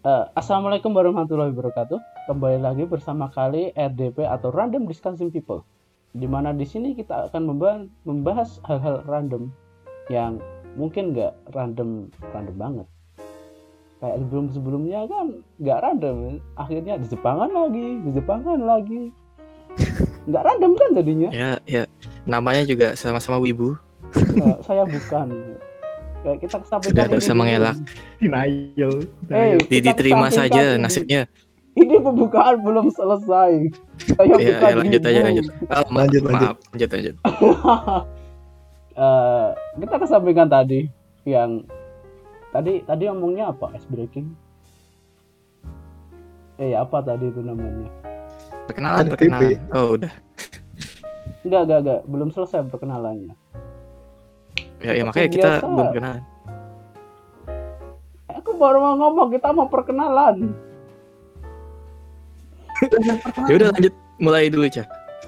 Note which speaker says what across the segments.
Speaker 1: Assalamualaikum warahmatullahi wabarakatuh. Kembali lagi bersama kali RDP atau Random Discussing People. Di mana di sini kita akan membahas hal-hal random yang mungkin nggak random banget. Kayak sebelumnya kan nggak random, akhirnya di Jepangan lagi. Nggak random kan jadinya?
Speaker 2: Ya. Namanya juga sama-sama wibu.
Speaker 1: Saya bukan. Kayak kita
Speaker 2: Sudah
Speaker 1: kesampingkan
Speaker 2: gak usah mengelak.
Speaker 3: Denial.
Speaker 2: Diterima saja nasibnya.
Speaker 1: Ini pembukaan belum selesai. Saya
Speaker 2: Ya, lanjut aja.
Speaker 3: Lanjut.
Speaker 2: Maaf, lanjut.
Speaker 1: Kita kesampingkan tadi yang tadi ngomongnya apa? Ice breaking. Apa tadi itu namanya?
Speaker 2: Perkenalan. Oh, udah.
Speaker 1: Enggak, belum selesai perkenalannya.
Speaker 2: Ya makanya kita belum kenalan.
Speaker 1: Aku baru mau ngomong, kita mau perkenalan.
Speaker 2: Ya udah lanjut, mulai dulu, Cak.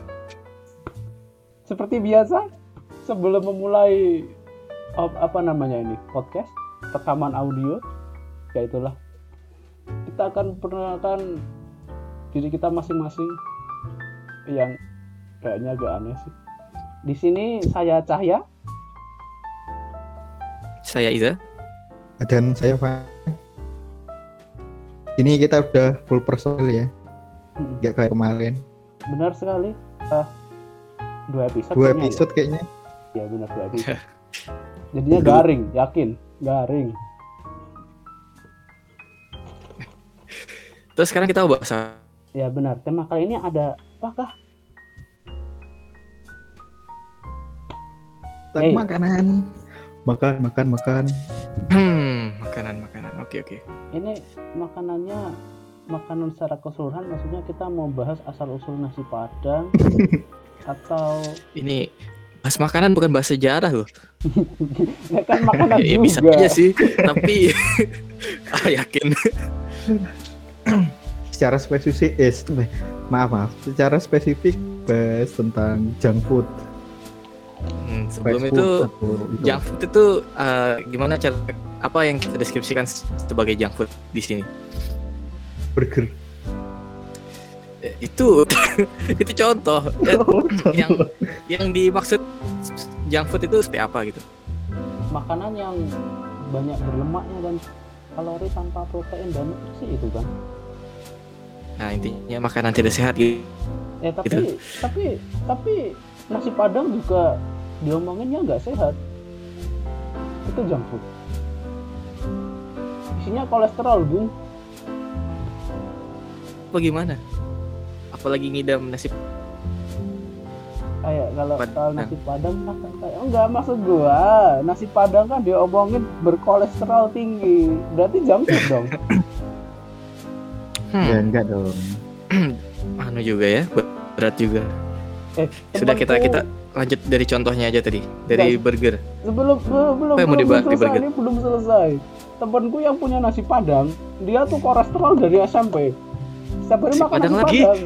Speaker 1: Seperti biasa, sebelum memulai podcast, rekaman audio, ya itulah. Kita akan perkenalkan diri kita masing-masing yang kayaknya agak aneh sih. Di sini saya Cahya.
Speaker 2: Saya Iza.
Speaker 3: Dan saya Pak. Ini kita udah full personil ya. Gak kayak kemarin.
Speaker 1: Benar sekali. 2 episode.
Speaker 3: 2 episode kayaknya.
Speaker 1: Ya benar 2 episode. Jadinya garing, yakin. Garing.
Speaker 2: Terus sekarang kita bahas.
Speaker 1: Ya benar. Tema kali ini ada apakah?
Speaker 3: Makanan. Makan.
Speaker 2: Makanan. Oke.
Speaker 1: Ini makanan secara keseluruhan, maksudnya kita mau bahas asal usul nasi padang atau
Speaker 2: ini bahas makanan bukan bahas sejarah loh.
Speaker 1: Ya kan makanan
Speaker 2: ya,
Speaker 1: juga.
Speaker 2: Bisa aja sih, tapi yakin.
Speaker 3: Secara spesifik, secara spesifik bahas tentang junk food.
Speaker 2: Sebelum itu junk food itu gimana cara apa yang kita deskripsikan sebagai junk food di sini?
Speaker 3: Burger.
Speaker 2: Itu contoh. yang dimaksud junk food itu seperti apa gitu?
Speaker 1: Makanan yang banyak berlemaknya dan kalori tanpa protein dan nutrisi itu kan.
Speaker 2: Nah, intinya makanan tidak sehat gitu.
Speaker 1: Tapi nasi padang juga diomonginnya nggak sehat. Itu junk food. Isinya kolesterol, Bung.
Speaker 2: Bagaimana? Apalagi ngidam nasi
Speaker 1: kayak kalau nasi padang kan kayak enggak, maksud gua nasi padang kan diomongin berkolesterol tinggi, berarti junk food dong.
Speaker 3: Ya enggak dong.
Speaker 2: Anu juga ya, berat juga. Sudah kita lanjut dari contohnya aja tadi, dari burger.
Speaker 1: Belum selesai, ini belum selesai. Temanku yang punya nasi padang, dia tuh kolesterol dari SMP. Setiap hari makan nasi
Speaker 2: lagi?
Speaker 1: padang.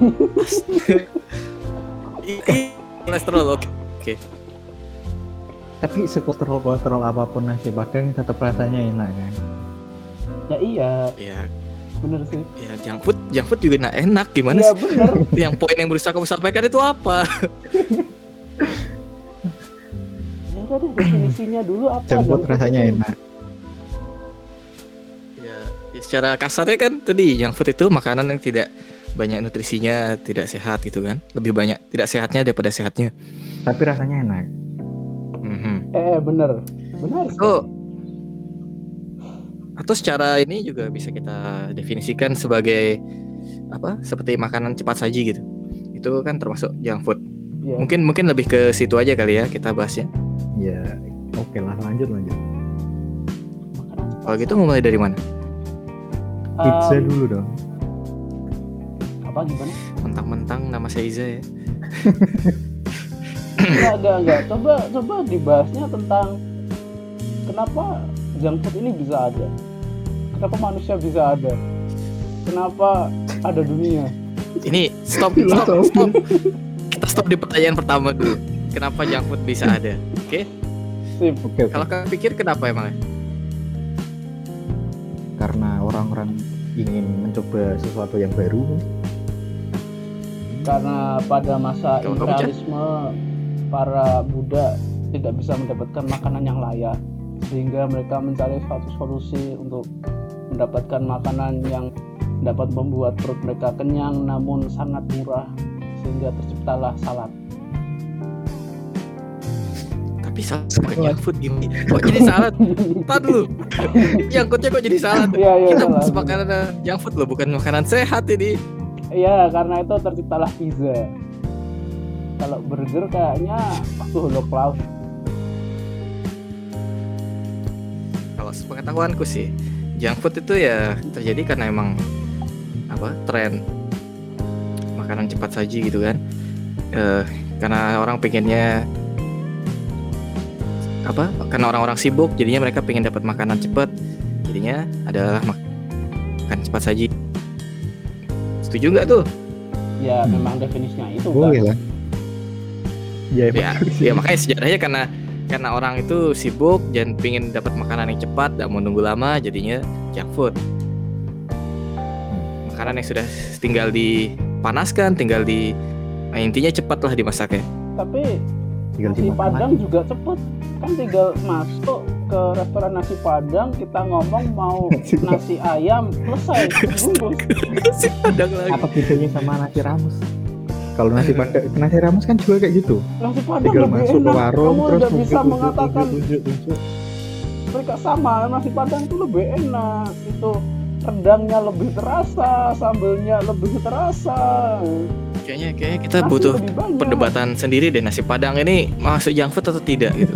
Speaker 2: Kolesterol oke.
Speaker 3: Tapi kolesterol apapun nasi padang tetap rasanya enak kan?
Speaker 1: Ya iya.
Speaker 2: Iya.
Speaker 1: Bener sih.
Speaker 2: Ya junk food juga enak gimana sih?
Speaker 1: Bener.
Speaker 2: Yang poin yang berusaha kamu sampaikan itu apa?
Speaker 1: Ya udah deh, definisinya dulu apa?
Speaker 3: Junk food rasanya enak.
Speaker 2: Ya, secara kasarnya kan tadi junk food itu makanan yang tidak banyak nutrisinya, tidak sehat gitu kan. Lebih banyak tidak sehatnya daripada sehatnya.
Speaker 3: Tapi rasanya enak.
Speaker 1: Bener.
Speaker 2: Atau secara ini juga bisa kita definisikan sebagai apa? Seperti makanan cepat saji gitu. Itu kan termasuk junk food. Yeah. Mungkin lebih ke situ aja kali ya kita bahasnya.
Speaker 3: Ya, oke lah, lanjut.
Speaker 2: Kalau gitu mulai dari mana?
Speaker 3: Pizza dulu dong.
Speaker 1: Apa gimana?
Speaker 2: Mentang-mentang nama saya Iza ya.
Speaker 1: Enggak. Coba dibahasnya tentang kenapa junk food ini bisa ada. Kenapa manusia bisa ada? Kenapa ada dunia?
Speaker 2: Ini stop. Kita stop di pertanyaan pertama dulu. Kenapa junk food bisa ada? Oke?
Speaker 1: Sip.
Speaker 3: Oke.
Speaker 2: Kalau kau pikir kenapa emangnya?
Speaker 3: karena orang-orang ingin mencoba sesuatu yang baru.
Speaker 1: Karena pada masa
Speaker 2: Kalau kamu,
Speaker 1: imperialisme para Buddha tidak bisa mendapatkan makanan yang layak, sehingga mereka mencari suatu solusi untuk mendapatkan makanan yang dapat membuat perut mereka kenyang namun sangat murah, sehingga terciptalah salad.
Speaker 2: Tapi salad bukan junk food gini. Kok jadi salad? Tar dulu. Jangkutnya kok jadi salad?
Speaker 1: Iya,
Speaker 2: Kita
Speaker 1: salad.
Speaker 2: makanan junk food loh, bukan makanan sehat ini.
Speaker 1: Iya, karena itu terciptalah pizza. Kalau burger kayaknya waktu Holocaust.
Speaker 2: Kalau sepengetahuanku sih, junk food itu ya terjadi karena emang tren makanan cepat saji gitu kan. Karena orang pengennya karena orang-orang sibuk, jadinya mereka pengen dapat makanan cepat, jadinya adalah makan cepat saji. Setuju nggak tuh?
Speaker 1: Ya memang definisinya itu
Speaker 3: Boleh
Speaker 1: kan.
Speaker 3: lah. Ya,
Speaker 2: Ya makanya sejarahnya karena orang itu sibuk dan pengen dapat makanan yang cepat, nggak mau nunggu lama, jadinya junk food. Makanan yang sudah tinggal dipanaskan, intinya cepat lah dimasaknya.
Speaker 1: Tapi
Speaker 3: tinggal
Speaker 1: nasi
Speaker 3: dimakan
Speaker 1: Padang
Speaker 3: lagi.
Speaker 1: juga cepet. Kan tinggal masuk ke restoran nasi Padang, kita ngomong mau nasi ayam, selesai, bungkus.
Speaker 2: Nasi Padang lagi.
Speaker 3: Apa bedanya sama nasi rames? Kalau nasi Padang, nasi rames kan juga kayak gitu.
Speaker 1: Nasi Padang
Speaker 3: Tinggal
Speaker 1: lebih
Speaker 3: masuk ke
Speaker 1: enak.
Speaker 3: warung
Speaker 1: Kamu
Speaker 3: terus
Speaker 1: udah bisa mengatakan
Speaker 3: tunjuk.
Speaker 1: mereka sama. Nasi Padang itu lebih enak. Itu rendangnya lebih terasa, sambelnya lebih terasa.
Speaker 2: Kayaknya kita
Speaker 1: Nasi
Speaker 2: butuh
Speaker 1: lebih banyak.
Speaker 2: perdebatan sendiri deh, nasi Padang ini masuk junk food atau tidak gitu.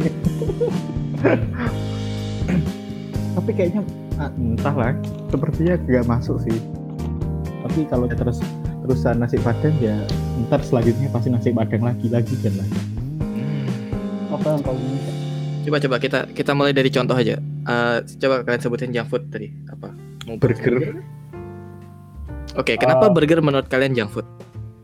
Speaker 3: Tapi kayaknya entahlah, sepertinya nggak masuk sih. Tapi kalau terusan nasi Padang ya ntar selanjutnya pasti nasi Padang lagi kan lah.
Speaker 1: Apa yang kau minta?
Speaker 2: Coba kita mulai dari contoh aja. Coba kalian sebutin junk food tadi apa? Mau
Speaker 3: Burger.
Speaker 2: Oke, kenapa burger menurut kalian junk food?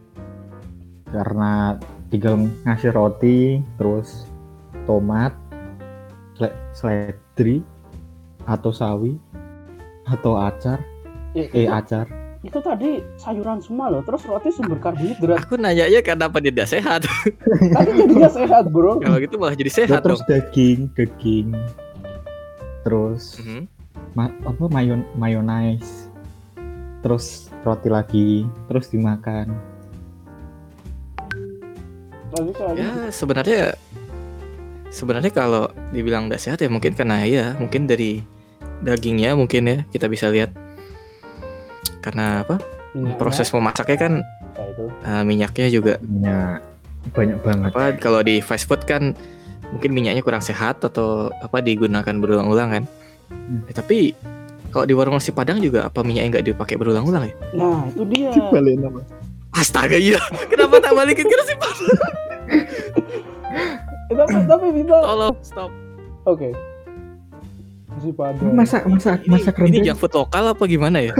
Speaker 3: Karena tinggal ngasih roti terus tomat, seledri atau sawi atau acar. Acar.
Speaker 1: Itu tadi sayuran semua loh. Terus roti sumber karbohidrat.
Speaker 2: Aku nanya aja kenapa dia tidak sehat.
Speaker 1: Tadi jadinya sehat bro.
Speaker 2: Kalau gitu malah jadi sehat
Speaker 3: Terus
Speaker 2: dong.
Speaker 3: daging. Terus
Speaker 2: Mhm.
Speaker 3: mayonnaise. Terus roti lagi, terus dimakan.
Speaker 1: Lagi
Speaker 2: Ya sebenarnya kalau dibilang nggak sehat ya mungkin karena mungkin dari dagingnya mungkin ya kita bisa lihat karena proses memasaknya kan
Speaker 1: itu.
Speaker 2: minyaknya juga
Speaker 3: Ya, banyak banget.
Speaker 2: kalau di fast food kan mungkin minyaknya kurang sehat atau digunakan berulang-ulang kan. Tapi kalau di warung nasi Padang juga apa minyaknya nggak dipakai berulang-ulang ya?
Speaker 1: Nah itu dia.
Speaker 3: Balik nama.
Speaker 2: Astaga iya. Kenapa tak balikin ke nasi Padang?
Speaker 1: Tapi bisa.
Speaker 2: Tolong stop.
Speaker 1: Oke. Nasi Padang.
Speaker 3: Masak
Speaker 2: Ini
Speaker 3: rendang.
Speaker 2: junk food lokal apa gimana ya?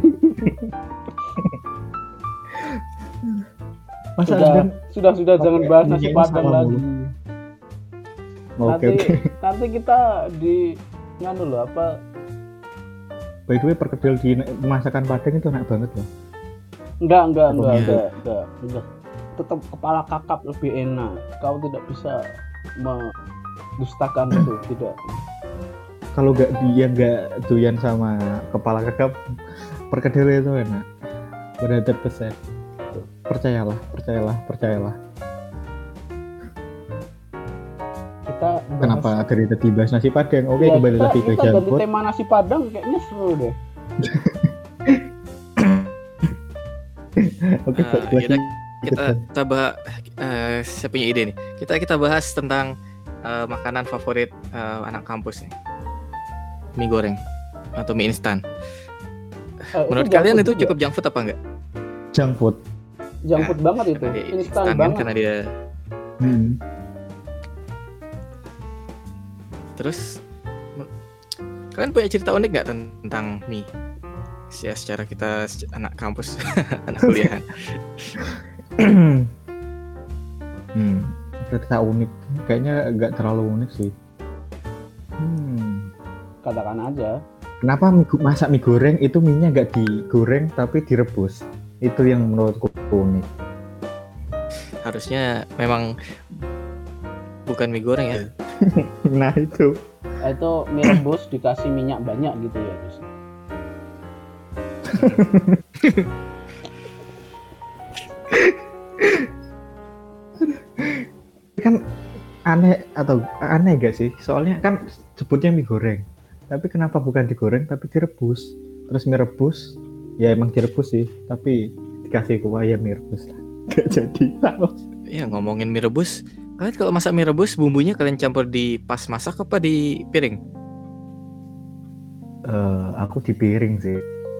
Speaker 3: Masak
Speaker 1: Sudah
Speaker 3: rendang.
Speaker 1: jangan bahas nasi
Speaker 3: minyaknya
Speaker 1: Padang
Speaker 3: sama
Speaker 1: lagi.
Speaker 3: Oke.
Speaker 1: Nanti kita di nganu loh apa?
Speaker 3: By the way, perkedel di masakan Padang itu enak banget loh.
Speaker 1: Enggak.
Speaker 2: Iya.
Speaker 1: Tetap kepala kakap lebih enak. Kau tidak bisa mendustakan itu, tidak.
Speaker 3: Kalau dia nggak doyan sama kepala kakap, perkedel itu enak. 100%. Percayalah.
Speaker 1: Kita bahas-
Speaker 3: Kenapa dari tadi bahas nasi Padang? Oke,
Speaker 1: Ya,
Speaker 3: kembali lagi ke
Speaker 1: kita
Speaker 3: junk
Speaker 1: ganti
Speaker 3: food.
Speaker 1: tema nasi Padang kayaknya seru deh.
Speaker 3: Oke, balik lagi.
Speaker 2: kita bahas saya punya ide nih. Kita bahas tentang makanan favorit anak kampus nih. Mie goreng atau mie instan. Menurut
Speaker 1: junk
Speaker 2: kalian
Speaker 1: food
Speaker 2: itu
Speaker 1: juga.
Speaker 2: cukup junk food apa enggak?
Speaker 3: Junk food.
Speaker 1: Junk food banget itu,
Speaker 2: Karena dia
Speaker 1: instan
Speaker 2: kan,
Speaker 1: banget.
Speaker 2: karena dia
Speaker 3: Hmm.
Speaker 2: terus. Kalian punya cerita unik nggak tentang mie? Ya, secara kita anak kampus, anak kuliahan.
Speaker 3: Cerita unik. Kayaknya nggak terlalu unik sih.
Speaker 1: Katakan aja.
Speaker 3: Kenapa masak mie goreng itu mie-nya nggak digoreng tapi direbus? Itu yang menurutku unik.
Speaker 2: Harusnya memang bukan mie goreng ya.
Speaker 3: Nah itu.
Speaker 1: Itu mie rebus dikasih minyak banyak gitu ya Gus.
Speaker 3: Kan aneh gak sih? Soalnya kan sebutnya mie goreng. Tapi kenapa bukan digoreng tapi direbus? Terus mie rebus, ya emang direbus sih, tapi dikasih kuah ya mie rebus. Gak jadi tahu.
Speaker 2: Ya ngomongin mie rebus, kalian kalau masak mie rebus bumbunya kalian campur di pas masak apa di piring?
Speaker 3: Aku di piring sih.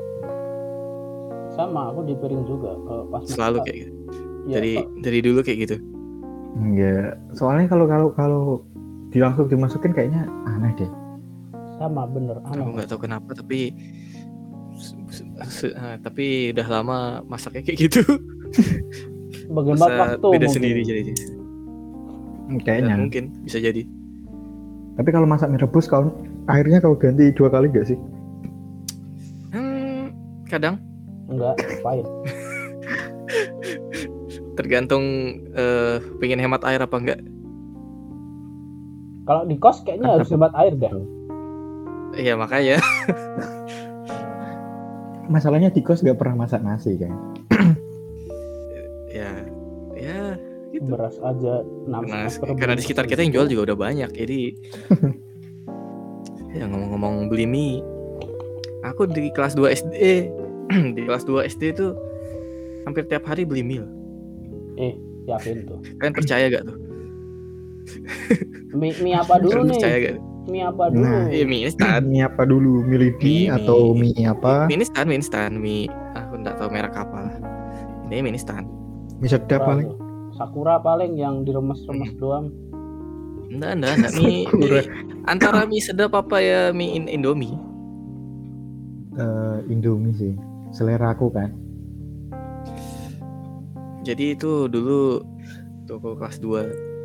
Speaker 1: Sama, aku di piring juga kalau pas
Speaker 2: Selalu
Speaker 1: masak.
Speaker 2: kayak gitu.
Speaker 1: Ya,
Speaker 2: Dari dulu kayak gitu.
Speaker 3: Ya, soalnya kalau langsung dimasukin kayaknya aneh deh.
Speaker 1: sama bener
Speaker 2: Aku
Speaker 1: aneh.
Speaker 2: nggak tahu kenapa tapi udah lama masaknya kayak gitu.
Speaker 1: Bagaimana
Speaker 2: Masa
Speaker 1: waktu
Speaker 2: beda
Speaker 1: mungkin.
Speaker 2: sendiri jadi.
Speaker 3: Kayaknya.
Speaker 2: Mungkin bisa jadi.
Speaker 3: Tapi kalau masak mie rebus, airnya kau ganti 2 kali gak sih?
Speaker 2: Kadang
Speaker 1: Enggak, pahit.
Speaker 2: tergantung pengen hemat air apa enggak.
Speaker 1: Kalau di kos kayaknya harus hemat air dah.
Speaker 2: Iya makanya.
Speaker 3: Masalahnya di kos gak pernah masak nasi kan.
Speaker 2: ya gitu.
Speaker 1: Beras aja 6
Speaker 2: Karena di sekitar kita yang jual juga udah banyak, jadi ya ngomong-ngomong beli mie, aku di kelas 2 SD di kelas 2 SD itu hampir tiap hari beli mie.
Speaker 1: Yakin tuh.
Speaker 2: Kalian percaya gak tuh?
Speaker 1: Mie apa dulu
Speaker 2: Kalian percaya
Speaker 1: nih?
Speaker 2: gak?
Speaker 1: Mie apa dulu?
Speaker 3: Nah,
Speaker 2: Iya mie instan.
Speaker 3: Mie apa dulu? Mie Lidi atau mie apa?
Speaker 2: Mie instan, mie aku nggak tahu merek apa lah. Ini mie instan.
Speaker 3: Mie sedap paling.
Speaker 1: Sakura paling yang diremes-remes doang.
Speaker 2: Enggak mie antara mie sedap apa ya mie Indomie.
Speaker 3: Indomie sih. Selera aku kan.
Speaker 2: Jadi itu dulu toko kelas 2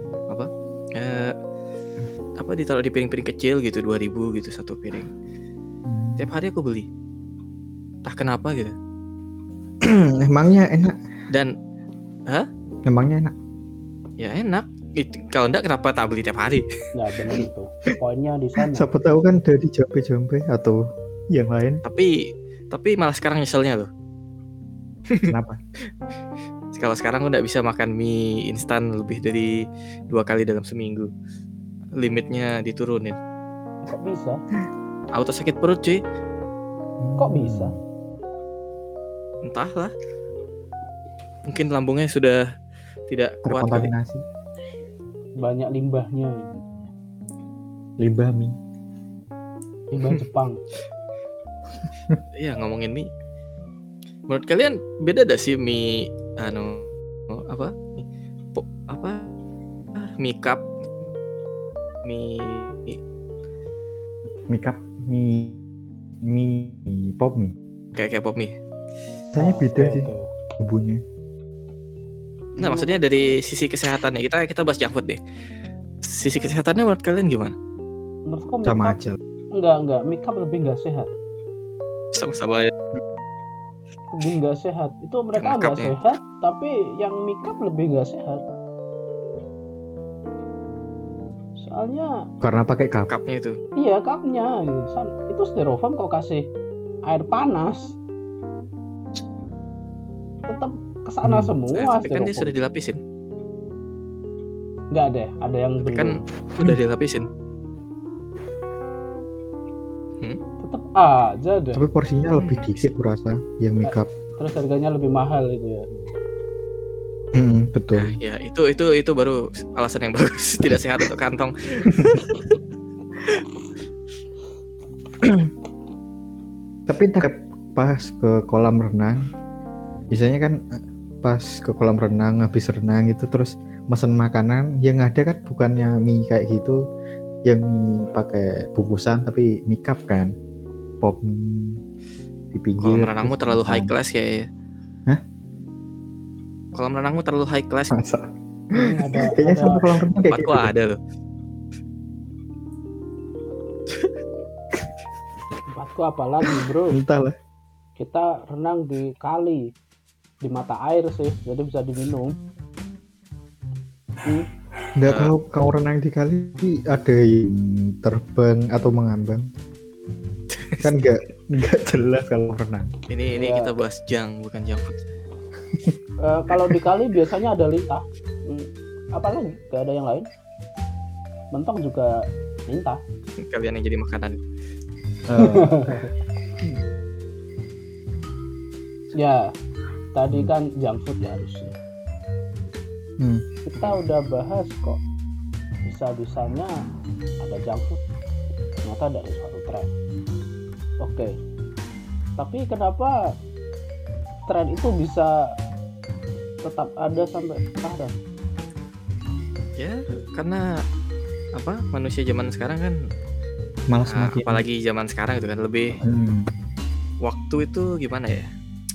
Speaker 2: apa ditaruh di piring-piring kecil gitu 2.000 gitu satu piring. Tiap hari aku beli. Entah kenapa gitu.
Speaker 3: Emangnya enak?
Speaker 2: Dan
Speaker 3: Emangnya enak?
Speaker 2: ya enak. Kalau enggak kenapa tak beli tiap hari?
Speaker 1: Nggak benar itu. Poinnya di sana.
Speaker 3: Siapa tahu kan dari jampe-jampe atau yang lain.
Speaker 2: Tapi malah sekarang nyeselnya loh.
Speaker 3: Kenapa?
Speaker 2: Kalau sekarang aku nggak bisa makan mie instan lebih dari 2 kali dalam seminggu. Limitnya diturunin.
Speaker 1: Kok bisa?
Speaker 2: Auto sakit perut cuy.
Speaker 1: Kok bisa?
Speaker 2: Entahlah. Mungkin lambungnya sudah tidak kuat kali.
Speaker 3: Terkontaminasi.
Speaker 1: Banyak limbahnya.
Speaker 3: Limbah mie.
Speaker 1: Limbah Jepang.
Speaker 2: Iya ngomongin mie. Menurut kalian beda gak sih mie mie cup, mie
Speaker 3: Cup, mie pop mie.
Speaker 2: kayak pop mie?
Speaker 3: Saya beda
Speaker 1: Oke,
Speaker 3: sih
Speaker 1: oke.
Speaker 3: bumbunya.
Speaker 2: Nah maksudnya dari sisi kesehatannya kita bahas junk food deh. Sisi kesehatannya menurut kalian gimana?
Speaker 1: Menurutku
Speaker 3: Sama
Speaker 1: make up
Speaker 3: aja.
Speaker 1: enggak, make up lebih enggak sehat.
Speaker 2: Sama-sama ya.
Speaker 1: Lebih enggak sehat. Itu mereka enggak
Speaker 2: Make-upnya.
Speaker 1: sehat, tapi yang make up lebih enggak sehat. Soalnya
Speaker 3: Karena pakai cup.
Speaker 2: Cupnya itu.
Speaker 1: iya cupnya gitu. Itu styrofoam kau kasih air panas tetap kesana semua
Speaker 2: Tapi kan dia
Speaker 1: styrofoam.
Speaker 2: sudah dilapisin.
Speaker 1: Enggak deh, ada yang
Speaker 2: Tapi
Speaker 1: belum.
Speaker 2: kan udah dilapisin.
Speaker 1: Tetap aja deh.
Speaker 3: Tapi porsinya lebih dikit kurasa yang mie cup.
Speaker 1: Terus harganya lebih mahal gitu ya.
Speaker 3: Betul.
Speaker 2: Ya itu baru alasan yang bagus. Tidak sehat untuk kantong.
Speaker 3: Tapi ntar pas ke kolam renang, biasanya kan pas ke kolam renang habis renang itu terus mesen makanan yang ada kan bukannya mie kayak gitu yang pakai bungkusan tapi mie cup kan, pop mie di pinggir.
Speaker 2: Kolam renangmu
Speaker 3: terus
Speaker 2: terlalu
Speaker 3: makan.
Speaker 2: high class kayaknya.
Speaker 3: Hah?
Speaker 2: Kolam renangmu terlalu high class.
Speaker 3: Masa?
Speaker 1: Ada
Speaker 3: Kayaknya sama kolam renang kayak
Speaker 2: Tempatku
Speaker 3: gitu.
Speaker 2: ada loh.
Speaker 1: tempatku Kok apalagi bro?
Speaker 3: Entahlah.
Speaker 1: Kita renang di kali, di mata air sih, jadi bisa diminum.
Speaker 3: Enggak, kalau kau renang di kali ada yang terbang atau mengambang. Kan enggak jelas kalau renang.
Speaker 2: Ini
Speaker 1: Ya.
Speaker 2: kita bahas jang bukan junk food.
Speaker 1: Kalau di kali biasanya ada lintah. Apalagi? Gak ada yang lain. Mentok juga lintah.
Speaker 2: Kalian yang jadi makanan.
Speaker 1: Ya, tadi kan junk food ya harusnya. Kita udah bahas kok. Bisa-bisanya ada junk food. Ternyata dari suatu tren. Oke. Tapi kenapa tren itu bisa tetap ada sampai sekarang?
Speaker 2: Ya, karena apa? Manusia zaman sekarang kan
Speaker 3: Malas makin.
Speaker 2: apalagi zaman sekarang itu kan lebih waktu itu gimana ya?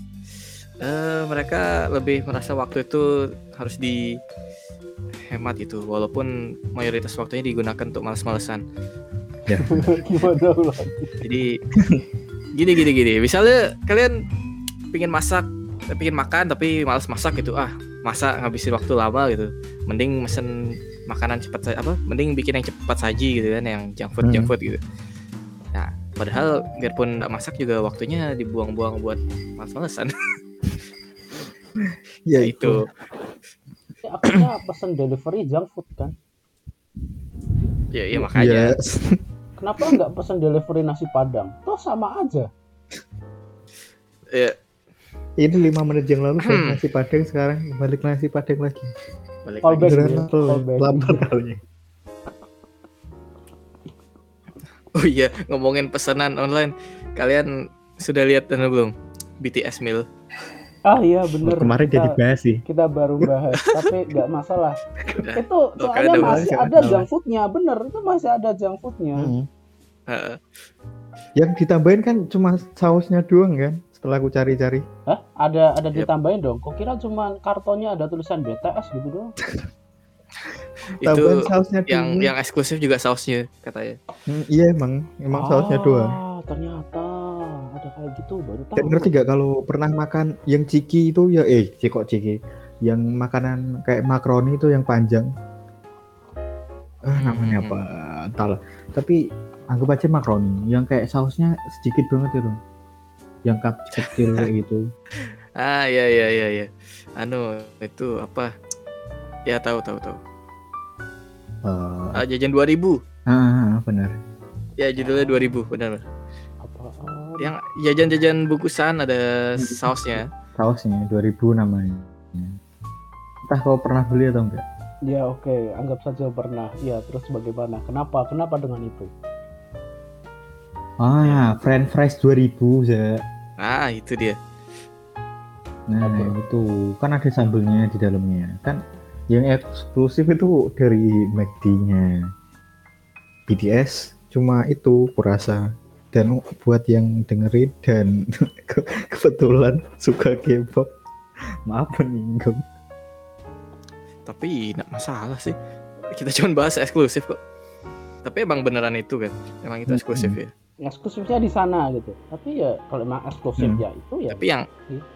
Speaker 2: Mereka lebih merasa waktu itu harus dihemat gitu, walaupun mayoritas waktunya digunakan untuk malas-malesan.
Speaker 3: Ya.
Speaker 1: Gimana lagi?
Speaker 2: Jadi gini. Misalnya kalian pingin makan tapi malas masak gitu. Masak ngabisin waktu lama gitu. Mending mesen makanan cepat mending bikin yang cepat saji gitu kan, yang junk food gitu. Nah, padahal biarpun nggak masak juga waktunya dibuang-buang buat malas-malesan.
Speaker 3: Ya
Speaker 2: itu.
Speaker 1: Akhirnya pesan delivery junk food kan?
Speaker 2: Ya makanya.
Speaker 3: Yes.
Speaker 1: Kenapa nggak pesan delivery nasi padang? Toh sama aja.
Speaker 2: Ya,
Speaker 3: Ini 5 menit yang lalu saya nasi padang, sekarang balik nasi padang lagi.
Speaker 2: balik
Speaker 1: Call
Speaker 2: lagi.
Speaker 1: back,
Speaker 3: Beneran
Speaker 1: bro. Call back.
Speaker 3: lapar kali.
Speaker 2: Oh iya, ngomongin pesanan online, kalian sudah lihat belum BTS meal?
Speaker 1: Iya bener.
Speaker 3: Kemarin
Speaker 1: kita,
Speaker 3: jadi bahas sih.
Speaker 1: kita baru bahas, tapi nggak masalah. Itu soalnya
Speaker 2: kalian udah
Speaker 1: masih
Speaker 3: bahas,
Speaker 1: ada
Speaker 3: nggak
Speaker 1: junk foodnya, bener. Itu masih ada junk foodnya.
Speaker 2: Heeh.
Speaker 3: Yang ditambahin kan cuma sausnya doang kan, setelah aku cari-cari.
Speaker 1: Hah? Ada
Speaker 2: Yap.
Speaker 1: ditambahin dong. Kok kira cuma kartonnya ada tulisan BTS gitu doang?
Speaker 3: Tambahan
Speaker 2: Itu
Speaker 3: sausnya
Speaker 2: yang
Speaker 3: doang.
Speaker 2: yang eksklusif juga sausnya katanya.
Speaker 3: Iya emang sausnya doang.
Speaker 1: Ternyata ada kayak gitu, baru tahu.
Speaker 3: Dan ngerti gak kalau pernah makan yang ciki itu ya ciki, yang makanan kayak makaroni itu yang panjang. Namanya apa? Entahlah. Tapi anggap aja makaroni yang kayak sausnya sedikit banget itu. Yang cup kecil kayak gitu.
Speaker 2: Iya. Itu apa? Ya tahu. Jajan 2000.
Speaker 3: Benar.
Speaker 2: Ya judulnya 2000, benar.
Speaker 1: Apaan?
Speaker 2: Yang jajan-jajan bungkusan ada sausnya.
Speaker 3: Sausnya 2000 namanya. Entah kau pernah beli atau enggak?
Speaker 1: Ya oke, anggap saja pernah. Ya terus bagaimana? Kenapa dengan itu?
Speaker 3: French fries 2000 ya.
Speaker 2: Itu dia.
Speaker 3: Nah,
Speaker 1: Oke.
Speaker 3: itu kan ada sambelnya di dalamnya. Kan yang eksklusif itu dari McD-nya. BTS cuma itu kurasa. Dan buat yang dengerin dan kebetulan suka K-pop, maaf menyinggung.
Speaker 2: Tapi enggak masalah sih. Kita cuma bahas eksklusif kok. Tapi emang beneran itu kan. Emang itu eksklusif ya.
Speaker 1: Eksklusifnya di sana gitu. Tapi ya kalau emang eksklusif ya itu ya.
Speaker 2: Tapi yang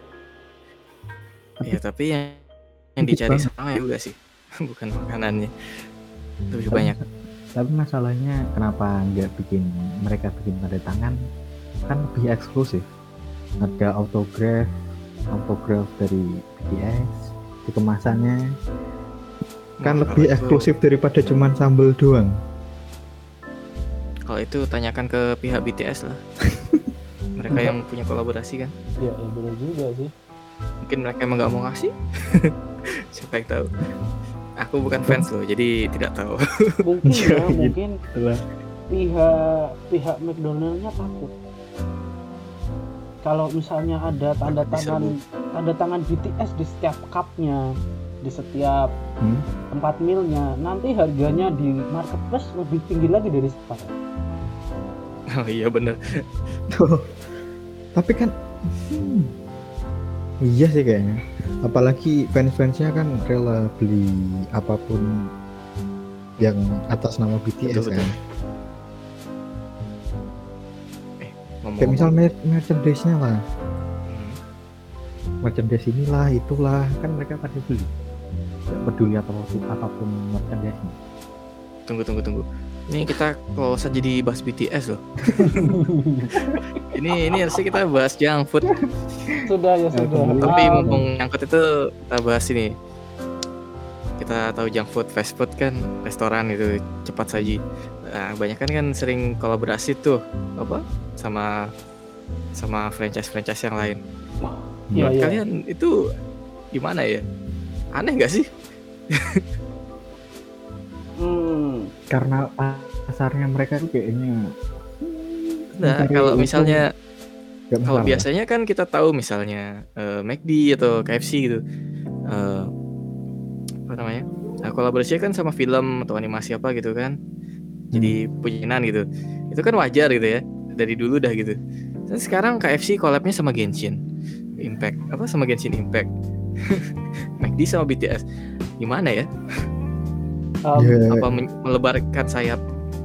Speaker 2: tapi yang dicari sama juga sih. Bukan makanannya. Lebih banyak.
Speaker 3: Tapi masalahnya kenapa nggak mereka bikin tanda tangan, kan lebih eksklusif. Ada autograph dari BTS di kemasannya, kan lebih eksklusif daripada cuman sambal doang.
Speaker 2: Kalau itu tanyakan ke pihak BTS lah. Mereka yang punya kolaborasi kan.
Speaker 1: Ya benar juga sih.
Speaker 2: Mungkin mereka emang nggak mau ngasih. Siapa yang tahu. Aku bukan fans loh, jadi tidak tahu.
Speaker 1: Mungkin
Speaker 3: Ya,
Speaker 1: mungkin
Speaker 3: Itulah.
Speaker 1: pihak McDonald-nya takut. Kalau misalnya ada tanda tangan BTS di setiap cupnya, di setiap tempat mealnya, nanti harganya di marketplace lebih tinggi lagi dari sekarang.
Speaker 2: Oh iya bener.
Speaker 3: Tapi kan iya sih kayaknya. Apalagi fans-fansnya kan rela beli apapun yang atas nama BTS
Speaker 2: Betul.
Speaker 3: kan. Kayak misal merchandise-nya lah. Merchandise inilah, itulah, kan mereka pasti beli. Gak peduli apapun merchandise-nya.
Speaker 2: Tunggu. Ini kita kalau usah jadi bahas BTS loh. ini harusnya kita bahas junk food.
Speaker 1: Sudah.
Speaker 2: Tapi mumpung nyangkut itu kita bahas ini. Kita tahu junk food, fast food kan restoran itu cepat saji. Nah, banyak kan sering kolaborasi tuh apa sama franchise yang lain. Menurut kalian itu gimana ya? Aneh nggak sih?
Speaker 3: Karena pasarnya mereka tuh kayaknya.
Speaker 2: Nah, kalau misalnya kalau biasanya kan kita tahu misalnya McD atau KFC gitu, apa namanya? Kolaborasinya kan sama film atau animasi apa gitu kan, jadi pujian gitu. Itu kan wajar gitu ya, dari dulu dah gitu. Dan sekarang KFC collabnya sama Genshin Impact, sama Genshin Impact, McD sama BTS, gimana ya? Apa melebarkan sayap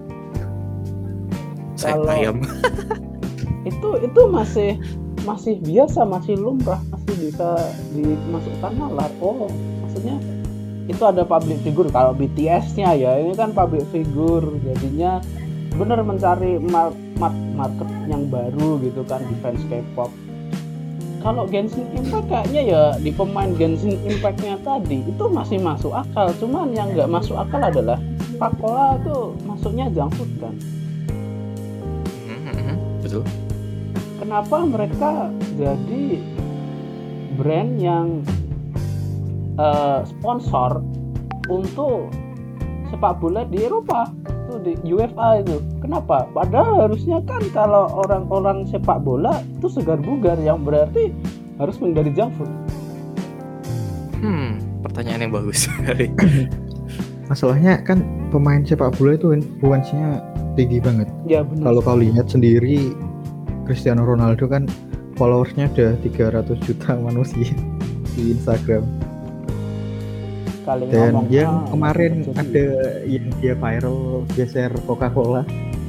Speaker 2: ayam?
Speaker 1: itu masih biasa, masih lumrah, masih bisa dimasukkan nalar. Oh, maksudnya itu ada public figure. Kalau BTS-nya ya, ini kan public figure, jadinya benar mencari market yang baru gitu kan di fans K-pop. Kalau Genshin Impact kayaknya ya di pemain Genshin Impact-nya tadi itu masih masuk akal. Cuman yang nggak masuk akal adalah Coca-Cola tuh masuknya junk food kan.
Speaker 2: Betul.
Speaker 1: Kenapa mereka jadi brand yang sponsor untuk sepak bola di Eropa itu di UEFA itu? Kenapa? Padahal harusnya kan kalau orang-orang sepak bola itu segar bugar, yang berarti harus menghindari junk food.
Speaker 2: Pertanyaan yang bagus.
Speaker 3: Masalahnya kan pemain sepak bola itu influence-nya tinggi banget.
Speaker 1: Ya benar.
Speaker 3: Kalau kau lihat sendiri, Cristiano Ronaldo kan followersnya udah 300 juta manusia di Instagram. Dan yang kemarin ada yang dia viral geser Coca-Cola,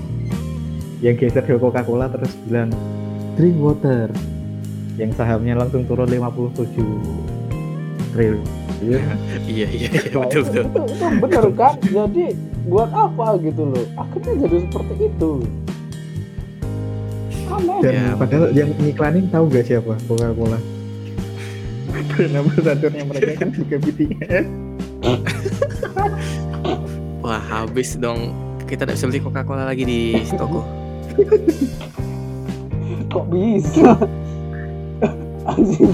Speaker 3: terus bilang drink water, yang sahamnya langsung turun 57 triliun.
Speaker 2: Iya betul.
Speaker 1: Itu benar kan? Jadi buat apa gitu loh? Akhirnya jadi seperti itu. Aneh.
Speaker 3: Dan padahal yang ngiklanin tahu gak siapa? Coca-Cola. Brand ambassadornya mereka kan juga BTS.
Speaker 2: Wah, habis dong. Kita tidak bisa beli Coca-Cola lagi di toko.
Speaker 1: Kok bisa? Anjir.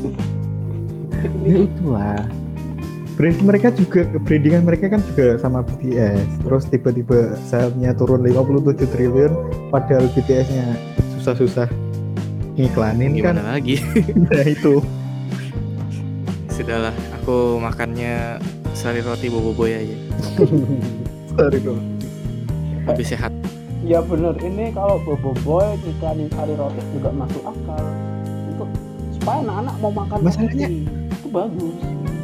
Speaker 3: Ya itulah. Brandingan mereka kan juga sama BTS. Terus tiba-tiba sahamnya turun 57 triliun padahal BTS-nya susah-susah ngiklanin.
Speaker 2: Gimana
Speaker 3: kan
Speaker 2: lagi?
Speaker 3: Nah itu.
Speaker 2: Sudahlah, aku makannya sari roti boboiboy aja.
Speaker 3: Sari roti.
Speaker 2: Lebih sehat.
Speaker 1: Ya bener, ini kalau boboiboy iklanin sari roti juga masuk akal. Untuk supaya anak-anak mau makan
Speaker 3: masalahnya
Speaker 1: roti. Itu bagus.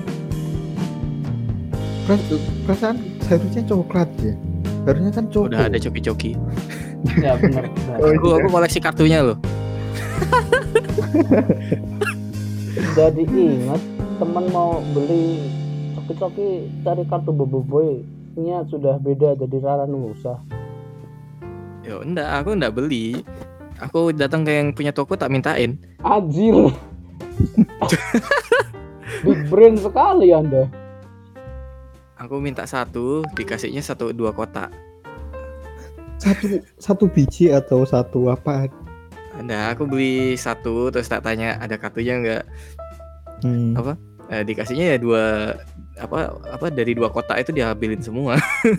Speaker 3: Perasaan seharusnya coklat ya. Harusnya kan coklat.
Speaker 2: Udah ada coki-coki.
Speaker 1: Ya bener.
Speaker 2: Aku koleksi kartunya loh.
Speaker 1: Jadi ingat, teman mau beli coki-coki cari kartu boboiboy-nya sudah beda, jadi Rara nggak usah.
Speaker 2: Yo, aku enggak beli. Aku datang ke yang punya toko tak mintain.
Speaker 1: Anjir. Big brain sekali Anda.
Speaker 2: Aku minta satu, dikasihnya 1-2 kotak.
Speaker 3: Satu biji atau satu apa?
Speaker 2: Nah, aku beli satu terus tak tanya ada kartunya enggak. Apa? Dikasihnya ya 2 apa dari 2 kotak itu diambilin semua.